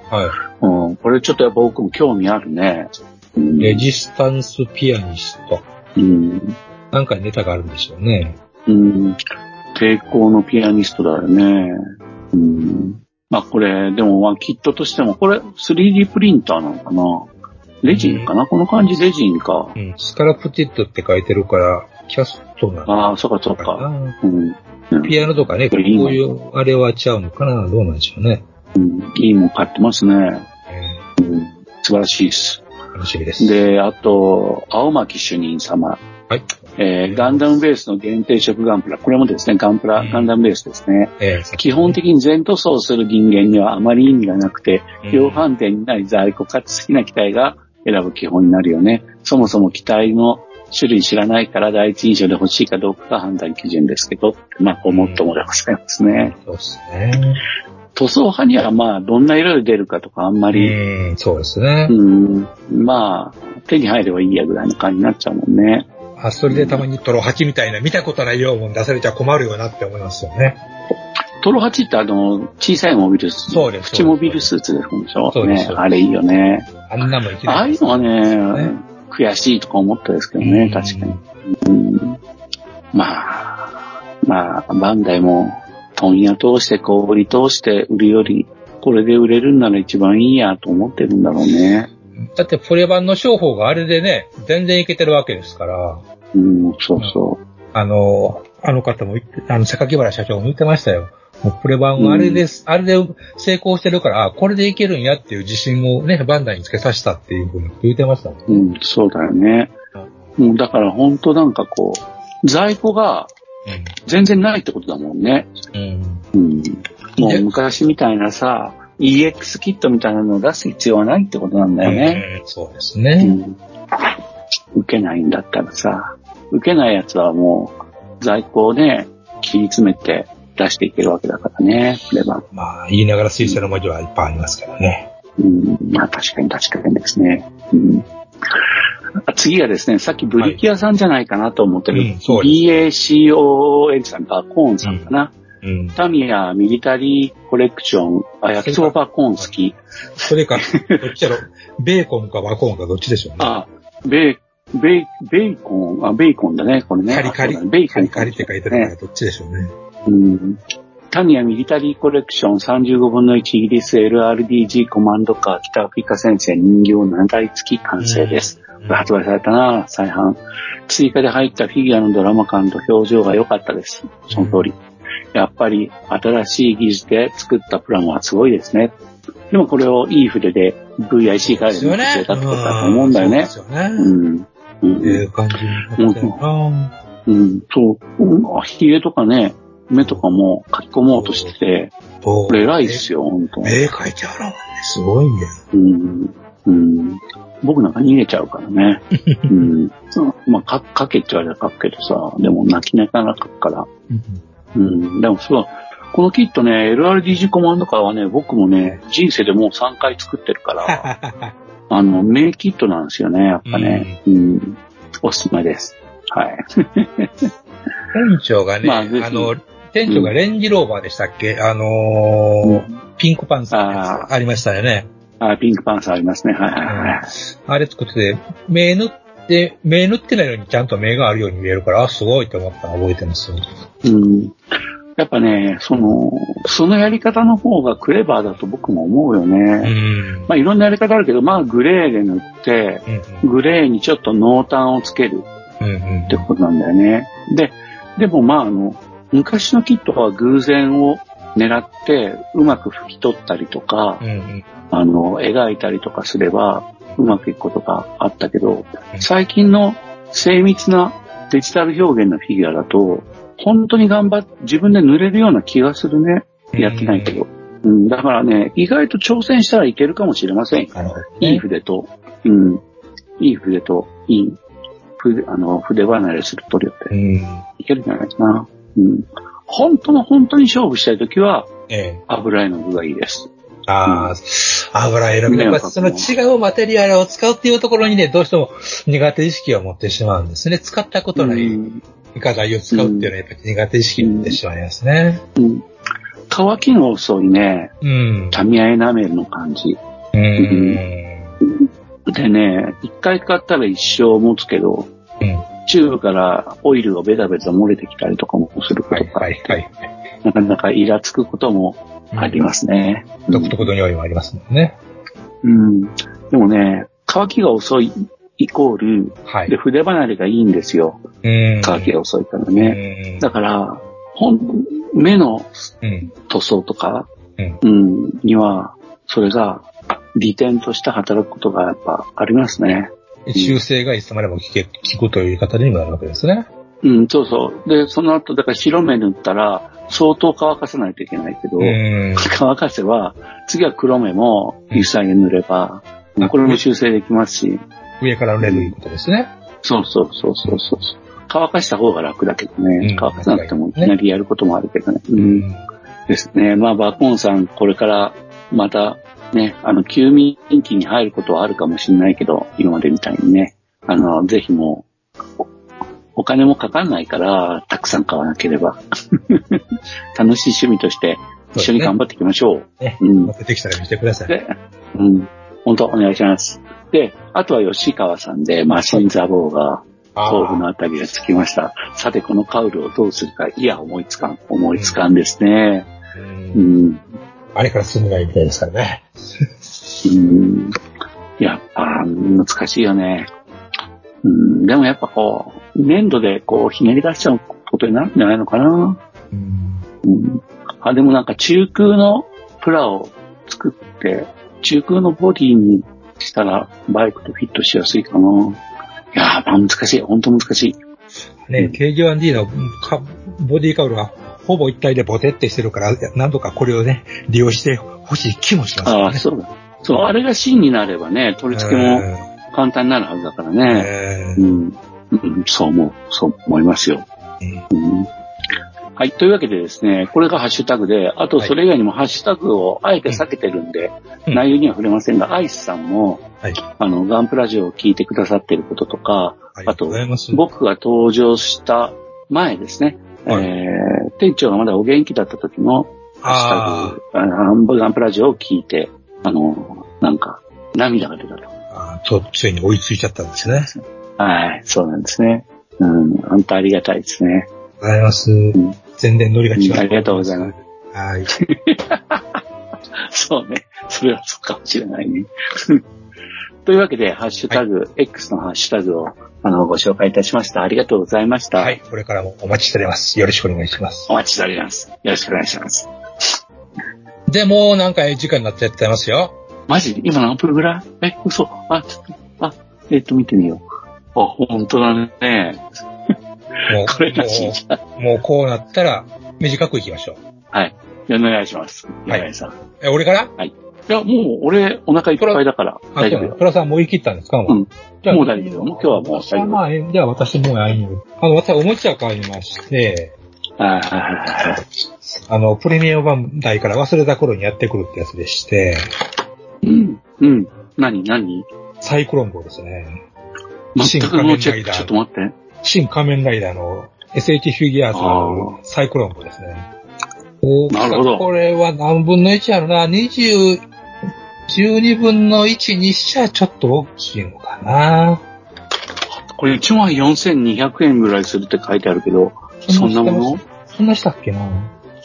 うん、これちょっとやっぱ僕も興味あるね。 うん、レジスタンスピアニスト。うん。なんかネタがあるんでしょうね。 うん。抵抗のピアニストだよね。うん。まあこれ、でもまあキットとしても、これ スリーディー プリンターなのかなレジンかな、うん、この感じレジンか。 うん。スカラプティットって書いてるから、キャストなの。 ああ、そうかそうか。うん。 ピアノとかね、こういう、あれはちゃうのかなどうなんでしょうね。 うん。いいもん買ってますね。えーうん、素晴らしいです。 楽しみです。 で、あと、青巻主任様。はい。えー、ガンダムベースの限定色ガンプラ。これもですね、ガンプラ、うん、ガンダムベースですね。えー、基本的に全塗装する人間にはあまり意味がなくて、うん、量販店にない在庫かつ好きな機体が選ぶ基本になるよね。そもそも機体の種類知らないから第一印象で欲しいかどうかが判断基準ですけど、まあ、ごもっともでございますね。 うん、そうですね。 塗装派にはまあ、どんな色で出るかとかあんまり。 うん、そうですね。 うん。まあ、手に入ればいいやぐらいの感じになっちゃうもんね。 あ、それでたまにトロハチみたいな見たことないようも出されちゃ困るよなって思いますよね。 トロハチってあの、小さいモビルスーツ。そうです。プチモビルスーツでしょ。そうです。ね。あれいいよね。 あんなもいけない。ああいうのはね、ね悔しいとか思ったですけどね、確かに。うん、まあ、まあ、バンダイも、問屋通して小売り通して売るより、これで売れるんなら一番いいやと思ってるんだろうね。 だってプレ版の商法があれでね、全然いけてるわけですから。 うん、そうそう。 あの、あの方も言って、あの、榊原社長も言ってましたよ。もうプレ版はあれです、うん、あれで成功してるから、あ、これでいけるんやっていう自信をね、バンダイにつけさせたっていうふうに言ってましたもんね。 うん、そうだよね。うん、だから本当なんかこう、在庫が全然ないってことだもんね。うん。うん、もう昔みたいなさ、イーエックス キットみたいなのを出す必要はないってことなんだよね。 うん、そうですね、うん。 受けないんだったらさ、受けないやつはもう在庫をね、切り詰めて出していけるわけだからね、プレ版。 まあ、言いながら水星の文字はいっぱいありますからね。 うん、まあ確かに確かにですね。うん、次がですね、さっきブリキアさんじゃないかなと思ってる、はいうん、ビーエーシーオーエル さん、バコーンさんかな。うん、タミヤミリタリーコレクション、あ、焼きそばバコーン好き。 それか、どっちやろ、ベーコンかバコーンかどっちでしょうね。 あ、ベー、ベー、ベーコン、あ、ベーコンだね、これね。 カリカリ。 ベーコン。 カリカリって書いてるから、どっちでしょうね。 うん。タミヤミリタリーコレクションさんじゅうごぶんのいちイギリス エルアールディージー コマンドカー北アフリカ戦線人形ななだい付き完成です。うん、発売されたな、再販。追加で入ったフィギュアのドラマ感と表情が良かったです。その通り。うんやっぱり新しい技術で作ったプラモはすごいですね。でもこれをいい筆で ブイアイシー からで見てくれたってことだと思うんだよね。そうですよね。うん。 うん。ええ感じになってるな。 うん、そう。髭とかね、目とかも書き込もうとしてて、これ偉いっすよ、ほんと。 絵描いてあるもんね、すごいね。 うん。うん。僕なんか逃げちゃうからね。うん。まあ、か、書けって言われたら書くけどさ、でも泣きながら書くから。うん、でもそう、このキットね、エルアールディージー コマンドカーはね、僕もね、人生でもうさんかい作ってるから、あの、名キットなんですよね、やっぱね。うん、うん、おすすめです。はい。 店長がね、まあ、あの、店長がレンジローバーでしたっけ、うん、あのー、ピンクパンサーのやつありましたよね。 あ、ピンクパンサーありますね、はいはいはい。 あれ作ってて、目塗って、目塗ってないのにちゃんと目があるように見えるから、あ、すごいって思ったの覚えてますよ。 うん。 やっぱね、その、そのやり方の方がクレバーだと僕も思うよね。うん、まあいろんなやり方あるけど、まあグレーで塗って、うんうん、グレーにちょっと濃淡をつけるってことなんだよね。で、でもまああの、昔のキットは偶然を狙ってうまく拭き取ったりとか、うんうん、あの、描いたりとかすればうまくいくことがあったけど、最近の精密なデジタル表現のフィギュアだと、本当に頑張って自分で塗れるような気がするね。やってないけど。うん、だからね、意外と挑戦したらいけるかもしれません。ね、いい筆と、うん、いい筆と、いい筆、あの、筆離れする塗料って、いけるんじゃないかな。うん。本当の本当に勝負したいときは、ええ、油絵の具がいいです。 ああ、うん、油絵の具。やっぱその違うマテリアルを使うっていうところにね、どうしても苦手意識を持ってしまうんですね。使ったことない。うん画材を使うっていうのはやっぱり苦手意識になってしまいますね。うん。うん、 乾きが遅いね。うん。タミヤエナメルの感じ。うん。うん、でね、一回買ったら一生持つけど、うん。チューブからオイルがベタベタ漏れてきたりとかもすることがあって、はいはいはい、なかなかイラつくこともありますね。 うん、独特の匂いもありますもんね。 うん。でもね、乾きが遅い。イコール、はい、で、筆離れがいいんですよ。乾きが遅いからね。だから、ほん、目の塗装とか、うんうん、には、それが利点として働くことがやっぱありますね。 修正がいつまでも効け、効くという言い方にもなるわけですね。 うん、そうそう。で、その後、だから白目塗ったら、相当乾かさないといけないけど、乾かせば、次は黒目も油彩で塗れば、うん、これも修正できますし、 上から塗れるということですね。 そうそうそうそうそう。乾かした方が楽だけどね。うん、乾かさなくてもいきなりやることもあるけどね。うん。ですね。まあ、バコンさん、これからまたね、あの、休眠期に入ることはあるかもしれないけど、今までみたいにね、あの、ぜひもう、お金もかかんないから、たくさん買わなければ。楽しい趣味として一緒に頑張っていきましょう。 ね。うん。できたら見てください。 で、うん。本当お願いします。で、あとは吉川さんで、マシンザボーが、豆腐のあたりがつきました。さて、このカウルをどうするか、いや、思いつかん。思いつかんですね。うん。うん、 あれから進めないみたいですからね。 うん。やっぱ、難しいよね。うん。でもやっぱこう、粘土でこう、ひねり出しちゃうことになるんじゃないのかな。うん。うん、あ、でもなんか中空のプラを作って、中空のボディにしたらバイクとフィットしやすいかな。いやー、まあ難しい。本当難しい。 ね、ケージワンディー のボディカウルはほぼ一体でボテってしてるから、何度かこれをね、利用してほしい気もしますね。 ああ、そうだ。そう、あれが芯になればね、取り付けも簡単になるはずだからね。うん、うん。そう思う。そう思いますよ。うん、はい。というわけでですね、これがハッシュタグで、あとそれ以外にもハッシュタグをあえて避けてるんで、うん、内容には触れませんが、アイスさんも、はい、あの、ガンプラジオを聞いてくださっていることとか、あと、僕が登場した前ですね、はい、えー、店長がまだお元気だった時のハッシュタグ、ガンプラジオを聞いて、あの、なんか、涙が出たと。 あと、ついに追いついちゃったんですね。 はい、そうなんですね。うん、本当ありがたいですね。 ありがとうございます。うん、全然ノリが違う、うん。 ありがとうございます。 はい。 そうね。それはそうかもしれないね。というわけで、ハッシュタグ、はい、X のハッシュタグをあのご紹介いたしました。ありがとうございました。 はい。これからもお待ちしております。よろしくお願いします。 お待ちしております。よろしくお願いします。 で、もうなんか時間になっちゃってますよ。 マジ今何分ぐらいえ、嘘。あ、ちょっと、あ、えっと、見てみよう。あ、ほんとだね。もう、これらしいじゃん。 もうこうなったら、短くいきましょう。 はい。お願いします。柳井さん。 え、俺からはい。いや、もう俺、お腹いっぱいだから、大丈夫よ。 トラさんもう言い切ったんですかもう。 うん。じゃあもう大丈夫よ。もう今日はもう大丈夫。 まあ、じゃあ私もう会いに。あの、私はおもちゃ買いまして、 ああの、プレミアム版台から忘れた頃にやってくるってやつでして、 うん。うん。何何サイクロンボですね。 全くのチェック、ちょっと待って。 新仮面ライダーの エスエイチ フィギュアーズのサイクロンボですね。 なるほど。 これは何分のいちあるな。にじゅう、じゅうにぶんのいちにしちゃちょっと大きいのかな。 これいちまんよんせんにひゃくえんぐらいするって書いてあるけど、そんなものそんなしたっけな。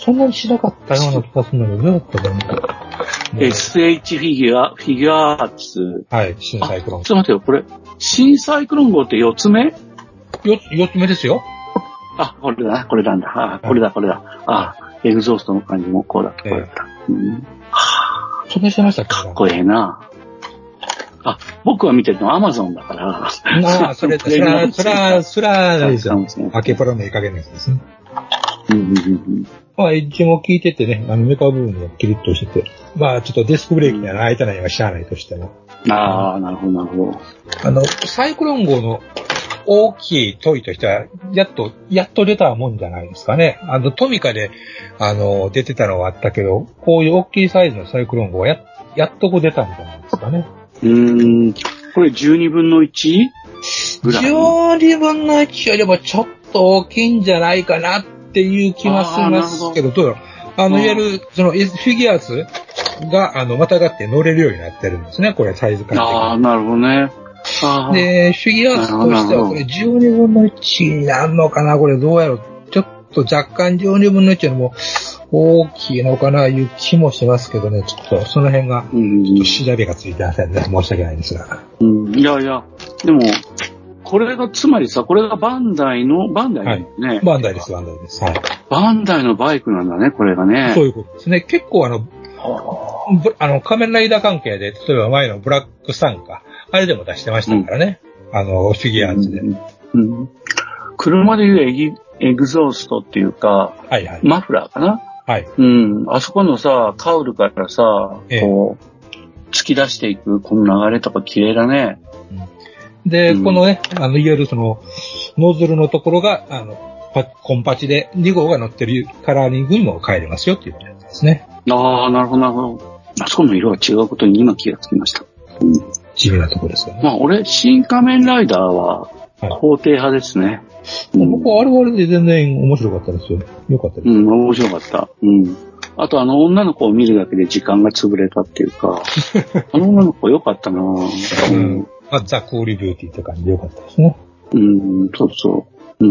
そんなにしなかったような気がするんだけど、どうやったかな。 エスエイチ フィギュア、フィギュアアーツ。 はい、新サイクロン号。 ちょっと待ってよ、これ、新サイクロン号ってよっつめ ?よ、よっつめですよ。 あ、これだ、これなんだ。あ、これだ、これだ。あ、エグゾーストの感じもこうだった、こうだった。えー、うん、 そんなにしてましたっけ？ かっこええな。あ、僕は見てるのはアマゾンだから。 まあ、それ、そら、そら、そら、あれですよ。アケプロのいい加減なやつですね。 うんうんうん。 まあ、エッジも効いててね、あの、メカ部分もキリッとしてて、まあ、ちょっとデスクブレーキには開いたないはしゃあないとしても。 ああ、なるほど、なるほど。 あの、サイクロン号の大きい問いとしては、やっと、やっと出たもんじゃないですかね。あの、トミカで、あの、出てたのはあったけど、こういう大きいサイズのサイクロン号はや、やっとこう出たんじゃないですかね。 うーん。これじゅうにぶんのいちぐらい？ じゅうにぶんのいちよりもちょっと大きいんじゃないかなっていう気はしますけど、どうやろう。あの、いわゆる、その、フィギュアーツが、あの、またがって乗れるようになってるんですね。これ、サイズ感的に。 ああ、なるほどね。 で、フィギュアーツとしては、これ、じゅうにぶんのいちになるのかなこれ、どうやろう。ちょっと若干じゅうにぶんのいちよりも大きいのかないう気もしますけどね。ちょっと、その辺が、ちょっと調べがついてませんね。申し訳ないですが。 うん、いやいや、でも、これが、つまりさ、これがバンダイの、バンダイですね、はい。 バンダイです、バンダイです。はい。 バンダイのバイクなんだね、これがね。 そういうことですね。結構あの、あの、仮面ライダー関係で、例えば前のブラックサンか、あれでも出してましたからね。うん、あの、フィギュアーズで。うんうん、車でいうエギエグゾーストっていうか、 はいはい、 マフラーかな。 はい。 うん。あそこのさ、カウルからさ、ええ、こう、突き出していく、この流れとか綺麗だね。 で、うん、このね、あの、いわゆるその、ノズルのところが、あの、コンパチでに号が乗ってるカラーリングにも変えれますよっていうやつですね。 ああ、なるほど、なるほど。あそこの色が違うことに今気がつきました。 うん、地味なところですよね。 まあ、俺、新仮面ライダーは、肯定派ですね。 はいうん、僕はあれはあれで全然面白かったですよ。よかったです。 うん、面白かった。うん。あと、あの女の子を見るだけで時間が潰れたっていうか、あの女の子良かったなぁ。 うんまあ、ザ・クールビューティーって感じでよかったですね。 うん、そうそう。うん。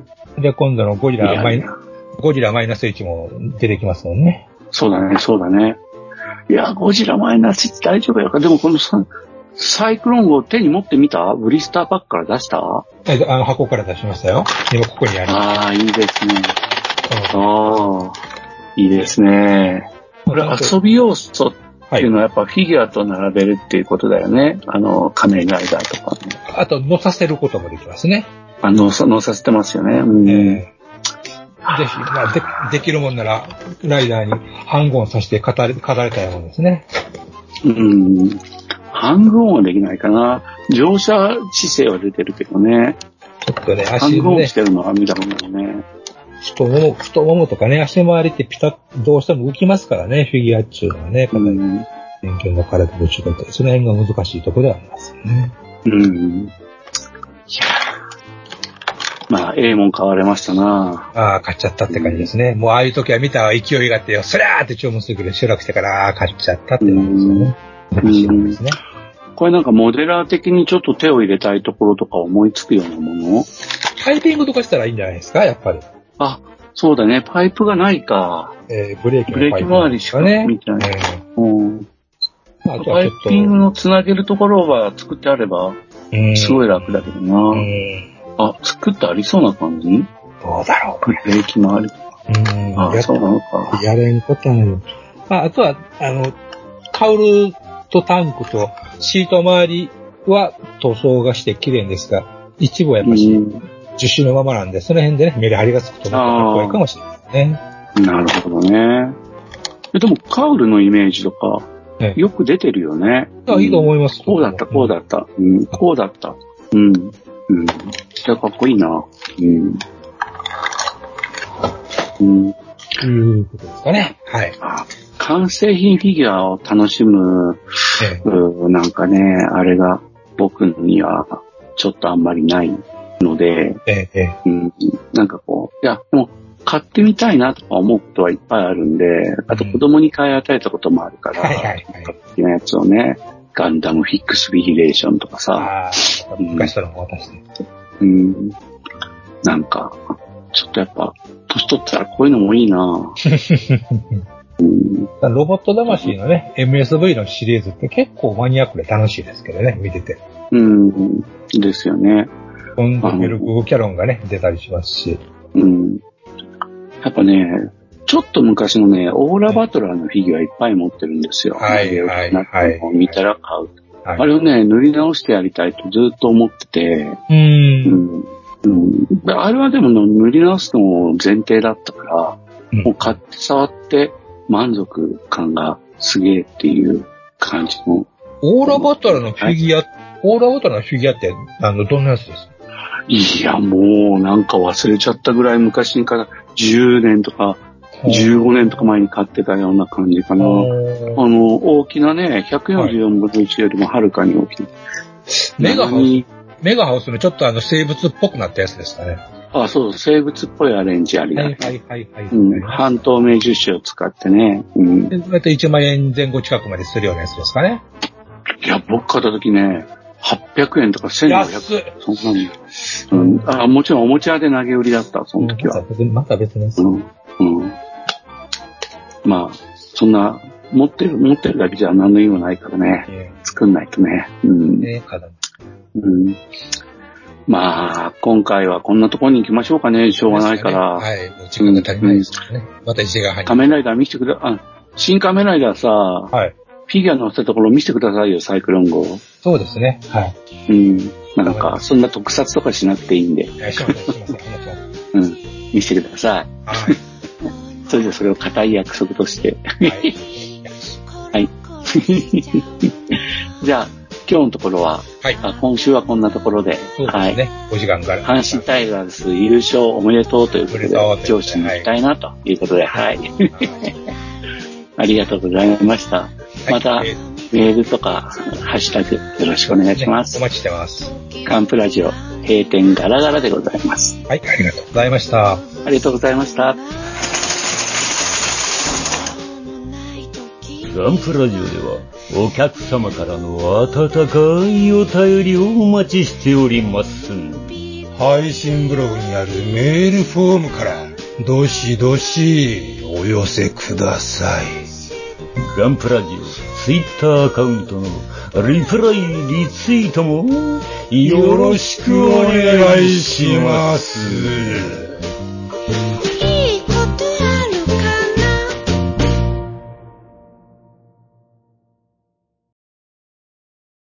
で、今度のゴリラマイナ、ゴリラマイナスいちも出てきますもんね。 そうだね、そうだね。いや、ゴジラマイナスいち大丈夫やか。でもこのサ、サイクロン号手に持ってみた？ブリスターパックから出した？ あの、箱から出しましたよ。今ここにあります。 ああ、いいですね。ああ、いいですね。これ遊び要素っていうのはやっぱフィギュアと並べるっていうことだよね。あの、仮面ライダーとか、ね。 あと、乗させることもできますね。 あの、乗させてますよね。うん。えー、ぜひ、まあで、できるもんなら、ライダーにハングオンさせて語れ、語れたようですね。 うん。ハングオンはできないかな。乗車姿勢は出てるけどね。 ちょっとね、足ね。 ハングオンしてるのは見たことないね。 太もも、太ももとかね、足回りってピタッ、どうしても浮きますからね、フィギュアっていうのはね。うん。人間の体と違って、その辺が難しいところではありますよね。 うん。いやまあ、ええもん買われましたな。 ああ、買っちゃったって感じですね。うん、もうああいう時は見た勢いがあってよ、そりゃーって注文するけど、収録してから、ああ、買っちゃったって感じですよね。難しいんですね。 これなんかモデラー的にちょっと手を入れたいところとか思いつくようなもの？ タイピングとかしたらいいんじゃないですか、やっぱり。 あ、そうだね。パイプがないか。 えー、ブレーキのパイプ、ね。ブレーキ周りしか見てない。えーうんまあ、 パイピングのつなげるところは作ってあれば、すごい楽だけどな。あ、作ってありそうな感じ？ どうだろう。 ブレーキ周りとか。 うん。 あ、そうなのか。 やれんことはないよ。まあ、あとは、あの、カウルとタンクとシート周りは塗装がして綺麗ですが、一部はやっぱし、樹脂のままなんで、その辺でね、メリハリがつくともっとかっこいいかもしれないね。 なるほどね。でも、カウルのイメージとか、よく出てるよね。 あ、いいと思います。 こうだった、こうだった。うん、こうだった。うん。うん。じゃあかっこいいな。うん。 うん。ということですかね。はい。 完成品フィギュアを楽しむ、ええ、なんかね、あれが僕にはちょっとあんまりないので、 ええうん、なんかこう、いや、もう買ってみたいなとか思うことはいっぱいあるんで、あと子供に買い与えたこともあるから、 はいはいはい、 好きなやつをね、ガンダムフィックスフィギュレーションとかさ、 あ昔からも私、 うん、なんか、ちょっとやっぱ、 年取ったらこういうのもいいなうん、ロボット魂のね、エムエスブイ のシリーズって結構マニアックで楽しいですけどね、見てて。 うん、ですよね。 今度メルク・キャロンがね、出たりしますし。 うん。やっぱね、ちょっと昔のね、オーラバトラーのフィギュアいっぱい持ってるんですよ。 はい、はい、はい。 見たら買う。はい、あれをね、塗り直してやりたいとずっと思ってて。うん。うん。あれはでも塗り直すのも前提だったから、うん、もう買って触って満足感がすげえっていう感じの。 オーラバトラーのフィギュア、はい、オーラバトラーのフィギュアって、あの、どんなやつですか？ いや、もうなんか忘れちゃったぐらい昔からじゅうねんとかじゅうごねんとか前に買ってたような感じかな。あの、大きなね、ひゃくよんじゅうよんぶんのいちよりもはるかに大きい。 メガハウス、メガハウスのちょっとあの生物っぽくなったやつですかね。 あ、そう、生物っぽいアレンジありが、 はいはいはいはい。 うん、半透明樹脂を使ってね。うん。 で、だいたいいちまんえんぜん後近くまでするようなやつですかね。 いや、僕買った時ね、はっぴゃくえんとかせんごひゃくえん。そんなに。うん。あ、もちろんおもちゃで投げ売りだった、その時は。 うん、また別のやつ。 うん。うん。まあ、そんな、持ってる、持ってるだけじゃ何の意味もないからね。えー、作んないとね。うん。えー、うん。まあ、今回はこんなところに行きましょうかね。しょうがないから。 ね、はい。もう時間が足りないですからね。うん、また一時が入る。 仮面ライダー見せてくだ、あ、新仮面ライダーさ、はい。フィギュア乗せたところ見せてくださいよ、サイクロン号。 そうですね。はい。 うん。なんか、そんな特撮とかしなくていいんで。 はい、しません、しません。 うん。見せてください。はい。それでそれを固い約束として。はい。はい。じゃあ、今日のところは、はい、あ今週はこんなところで、 そうですね。はい、お時間から。 阪神タイガース優勝おめでとうということで、上司に行きたいなということで、はい。はい、ありがとうございました。はい、また、えー、メールとか、ハッシュタグよろしくお願いします。 ね、お待ちしてます。 カンプラジオ閉店ガラガラでございます。 はい、ありがとうございました。 ありがとうございました。 ガンプラジオではお客様からの温かいお便りをお待ちしております。 配信ブログにあるメールフォームからどしどしお寄せください。 ガンプラジオツイッターアカウントのリプライリツイートもよろしくお願いします。